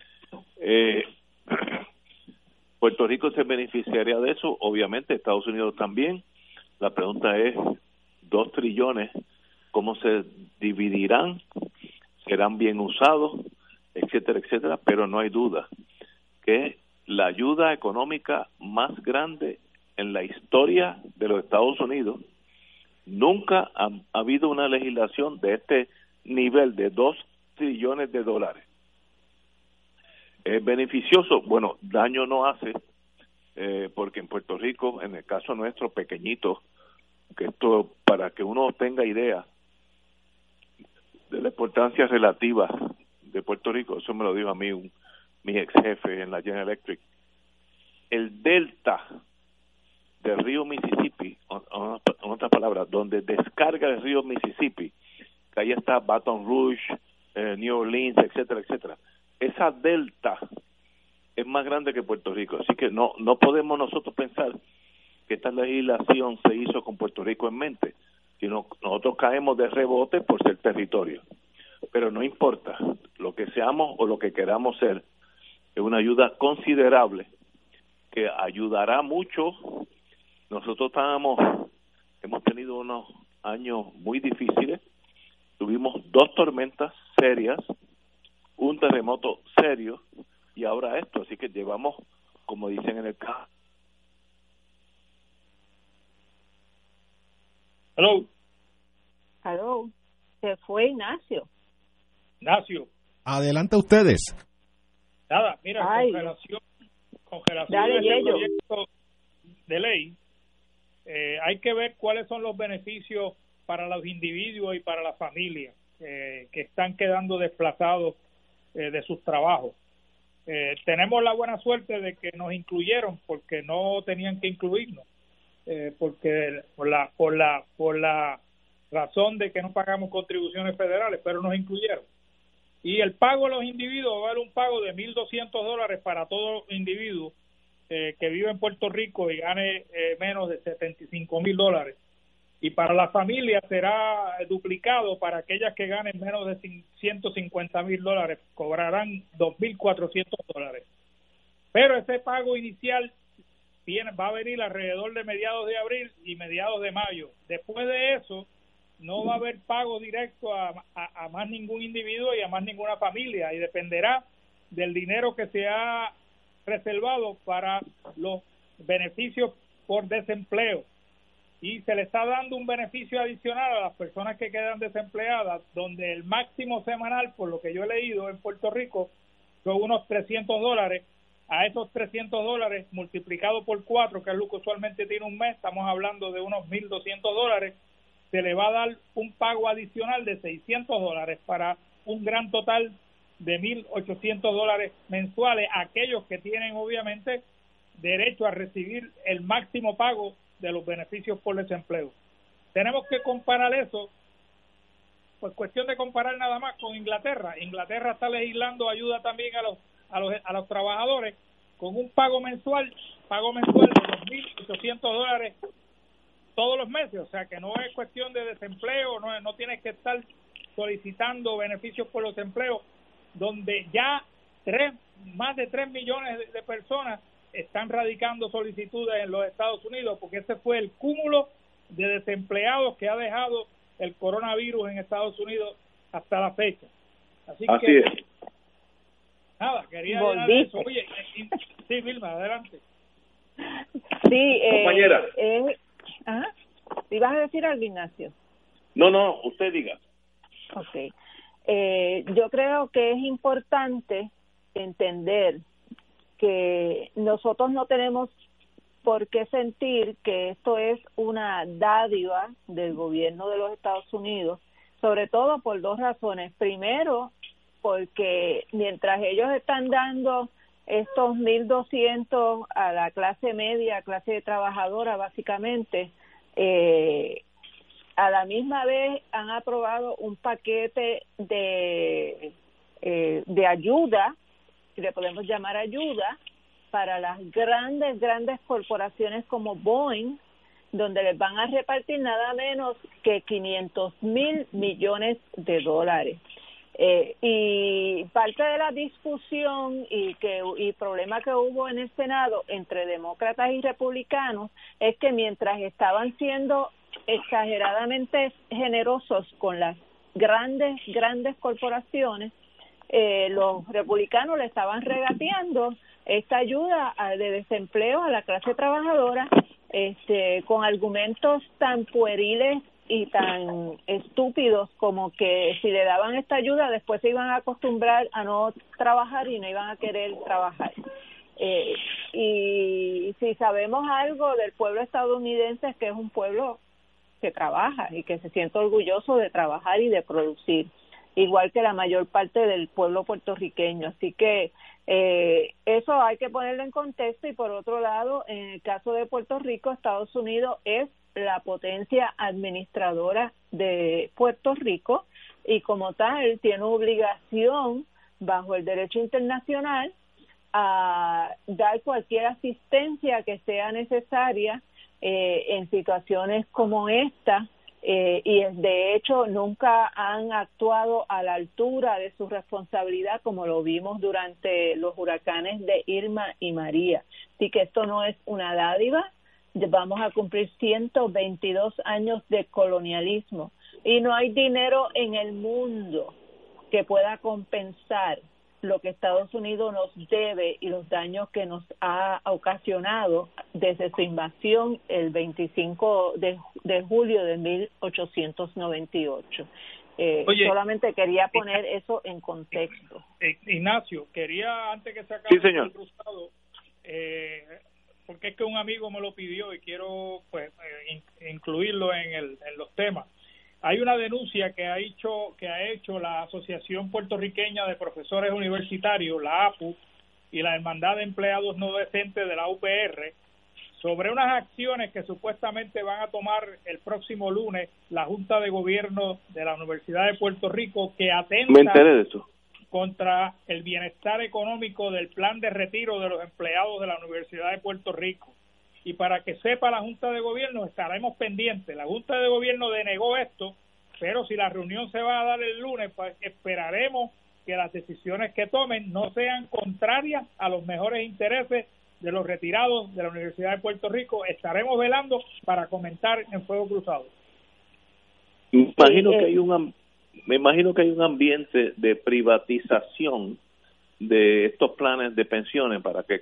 Puerto Rico se beneficiaría de eso, obviamente Estados Unidos también. La pregunta es, 2 trillones, ¿cómo se dividirán? ¿Serán bien usados? Etcétera, etcétera, pero no hay duda que la ayuda económica más grande en la historia de los Estados Unidos, nunca ha habido una legislación de este nivel de $2 trillones. ¿Es beneficioso? Bueno, daño no hace, porque en Puerto Rico, en el caso nuestro pequeñito, que esto, para que uno tenga idea de la importancia relativa de Puerto Rico, eso me lo dijo a mí mi ex jefe en la General Electric, el delta del río Mississippi, en otras palabras, donde descarga el río Mississippi, que ahí está Baton Rouge, New Orleans, etcétera, etcétera, esa delta es más grande que Puerto Rico, así que no podemos nosotros pensar que esta legislación se hizo con Puerto Rico en mente, sino nosotros caemos de rebote por ser territorio. Pero no importa, lo que seamos o lo que queramos ser, es una ayuda considerable que ayudará mucho. Nosotros hemos tenido unos años muy difíciles, tuvimos 2 tormentas serias, un terremoto serio y ahora esto, así que llevamos, como dicen en el caso. Hello, se fue Ignacio. Adelante ustedes. Nada, mira, con relación a este proyecto de ley, hay que ver cuáles son los beneficios para los individuos y para las familias que están quedando desplazados de sus trabajos. Tenemos la buena suerte de que nos incluyeron porque no tenían que incluirnos, porque por la razón de que no pagamos contribuciones federales, pero nos incluyeron. Y el pago a los individuos va a haber un pago de $1,200 para todo individuo que vive en Puerto Rico y gane menos de $75,000. Y para la familia será duplicado para aquellas que ganen menos de $150,000, cobrarán $2,400. Pero ese pago inicial va a venir alrededor de mediados de abril y mediados de mayo. Después de eso, no va a haber pago directo a más ningún individuo y a más ninguna familia, y dependerá del dinero que se ha reservado para los beneficios por desempleo. Y se le está dando un beneficio adicional a las personas que quedan desempleadas, donde el máximo semanal, por lo que yo he leído en Puerto Rico, son unos $300. A esos $300 multiplicado por 4, que es lo que usualmente tiene un mes, estamos hablando de unos $1,200, se le va a dar un pago adicional de $600 para un gran total de $1,800 mensuales, aquellos que tienen obviamente derecho a recibir el máximo pago de los beneficios por desempleo. Tenemos que comparar eso, pues cuestión de comparar nada más con Inglaterra. Inglaterra está legislando ayuda también a los trabajadores con un pago mensual de $2,800 todos los meses, o sea que no es cuestión de desempleo, no tienes que estar solicitando beneficios por los empleos, donde ya más de 3 millones de personas están radicando solicitudes en los Estados Unidos, porque ese fue el cúmulo de desempleados que ha dejado el coronavirus en Estados Unidos hasta la fecha. Así que es. Nada, quería llegar a eso. Oye, sí, Vilma, adelante. Sí, compañera. ¿Ibas a decir algo, Ignacio? No, usted diga. Okay. Yo creo que es importante entender que nosotros no tenemos por qué sentir que esto es una dádiva del gobierno de los Estados Unidos, sobre todo por 2 razones. Primero, porque mientras ellos están dando estos 1.200 a la clase media, clase trabajadora básicamente, a la misma vez han aprobado un paquete de ayuda, si le podemos llamar ayuda, para las grandes corporaciones como Boeing, donde les van a repartir nada menos que $500,000 millones. Y parte de la discusión y problema que hubo en el Senado entre demócratas y republicanos es que mientras estaban siendo exageradamente generosos con las grandes corporaciones, los republicanos le estaban regateando esta ayuda de desempleo a la clase trabajadora, con argumentos tan pueriles y tan estúpidos como que si le daban esta ayuda después se iban a acostumbrar a no trabajar y no iban a querer trabajar. Y si sabemos algo del pueblo estadounidense es que es un pueblo que trabaja y que se siente orgulloso de trabajar y de producir, igual que la mayor parte del pueblo puertorriqueño. Así que eso hay que ponerlo en contexto. Y por otro lado, en el caso de Puerto Rico, Estados Unidos es la potencia administradora de Puerto Rico y como tal tiene obligación bajo el derecho internacional a dar cualquier asistencia que sea necesaria en situaciones como esta, y de hecho nunca han actuado a la altura de su responsabilidad como lo vimos durante los huracanes de Irma y María. Así que esto no es una dádiva. Vamos a cumplir 122 años de colonialismo y no hay dinero en el mundo que pueda compensar lo que Estados Unidos nos debe y los daños que nos ha ocasionado desde su invasión el 25 de julio de 1898. Solamente quería poner eso en contexto. Ignacio, quería antes que se acabe sí, señor. El cruzado, porque es que un amigo me lo pidió y quiero incluirlo en los temas. Hay una denuncia que ha hecho la Asociación Puertorriqueña de Profesores Universitarios, la APU, y la Hermandad de Empleados No Decentes de la UPR, sobre unas acciones que supuestamente van a tomar el próximo lunes la Junta de Gobierno de la Universidad de Puerto Rico, que atenta me enteré de eso. Contra el bienestar económico del plan de retiro de los empleados de la Universidad de Puerto Rico. Y para que sepa la Junta de Gobierno, estaremos pendientes. La Junta de Gobierno denegó esto, pero si la reunión se va a dar el lunes, pues esperaremos que las decisiones que tomen no sean contrarias a los mejores intereses de los retirados de la Universidad de Puerto Rico. Estaremos velando para comentar en Fuego Cruzado. Me imagino que hay un ambiente de privatización de estos planes de pensiones para que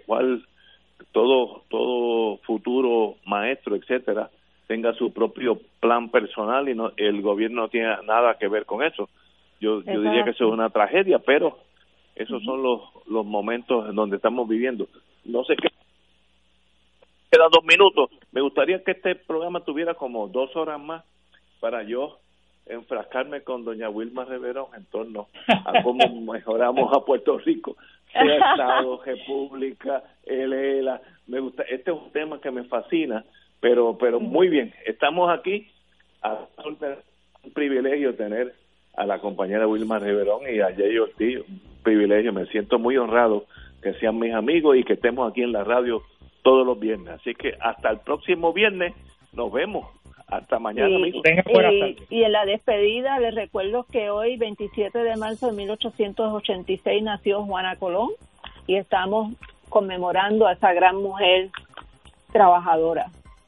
todo futuro maestro, etcétera, tenga su propio plan personal y el gobierno no tiene nada que ver con eso. Yo diría que eso es una tragedia, pero esos son los momentos en donde estamos viviendo. No sé qué. Quedan 2 minutos. Me gustaría que este programa tuviera como 2 horas más para yo enfrascarme con doña Wilma Reverón en torno a cómo mejoramos a Puerto Rico, sea Estado, República, ELA. Me gusta, este es un tema que me fascina, pero muy bien, estamos aquí. Un privilegio tener a la compañera Wilma Reverón y a Jay Ortiz, un privilegio, me siento muy honrado que sean mis amigos y que estemos aquí en la radio todos los viernes, así que hasta el próximo viernes, nos vemos. Hasta mañana, amigos. Y en la despedida les recuerdo que hoy, 27 de marzo de 1886, nació Juana Colón y estamos conmemorando a esa gran mujer trabajadora.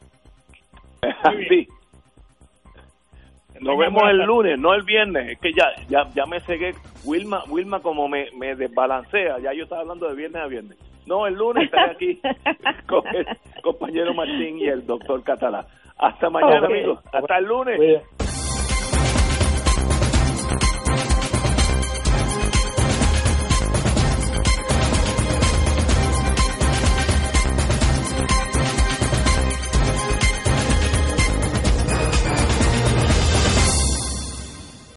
Sí. Nos vemos el lunes, no el viernes. Es que ya me cegué. Wilma como me desbalancea. Ya yo estaba hablando de viernes a viernes. No, el lunes estaré aquí con el compañero Martín y el doctor Catalá. Hasta mañana, amigos. Hasta el lunes.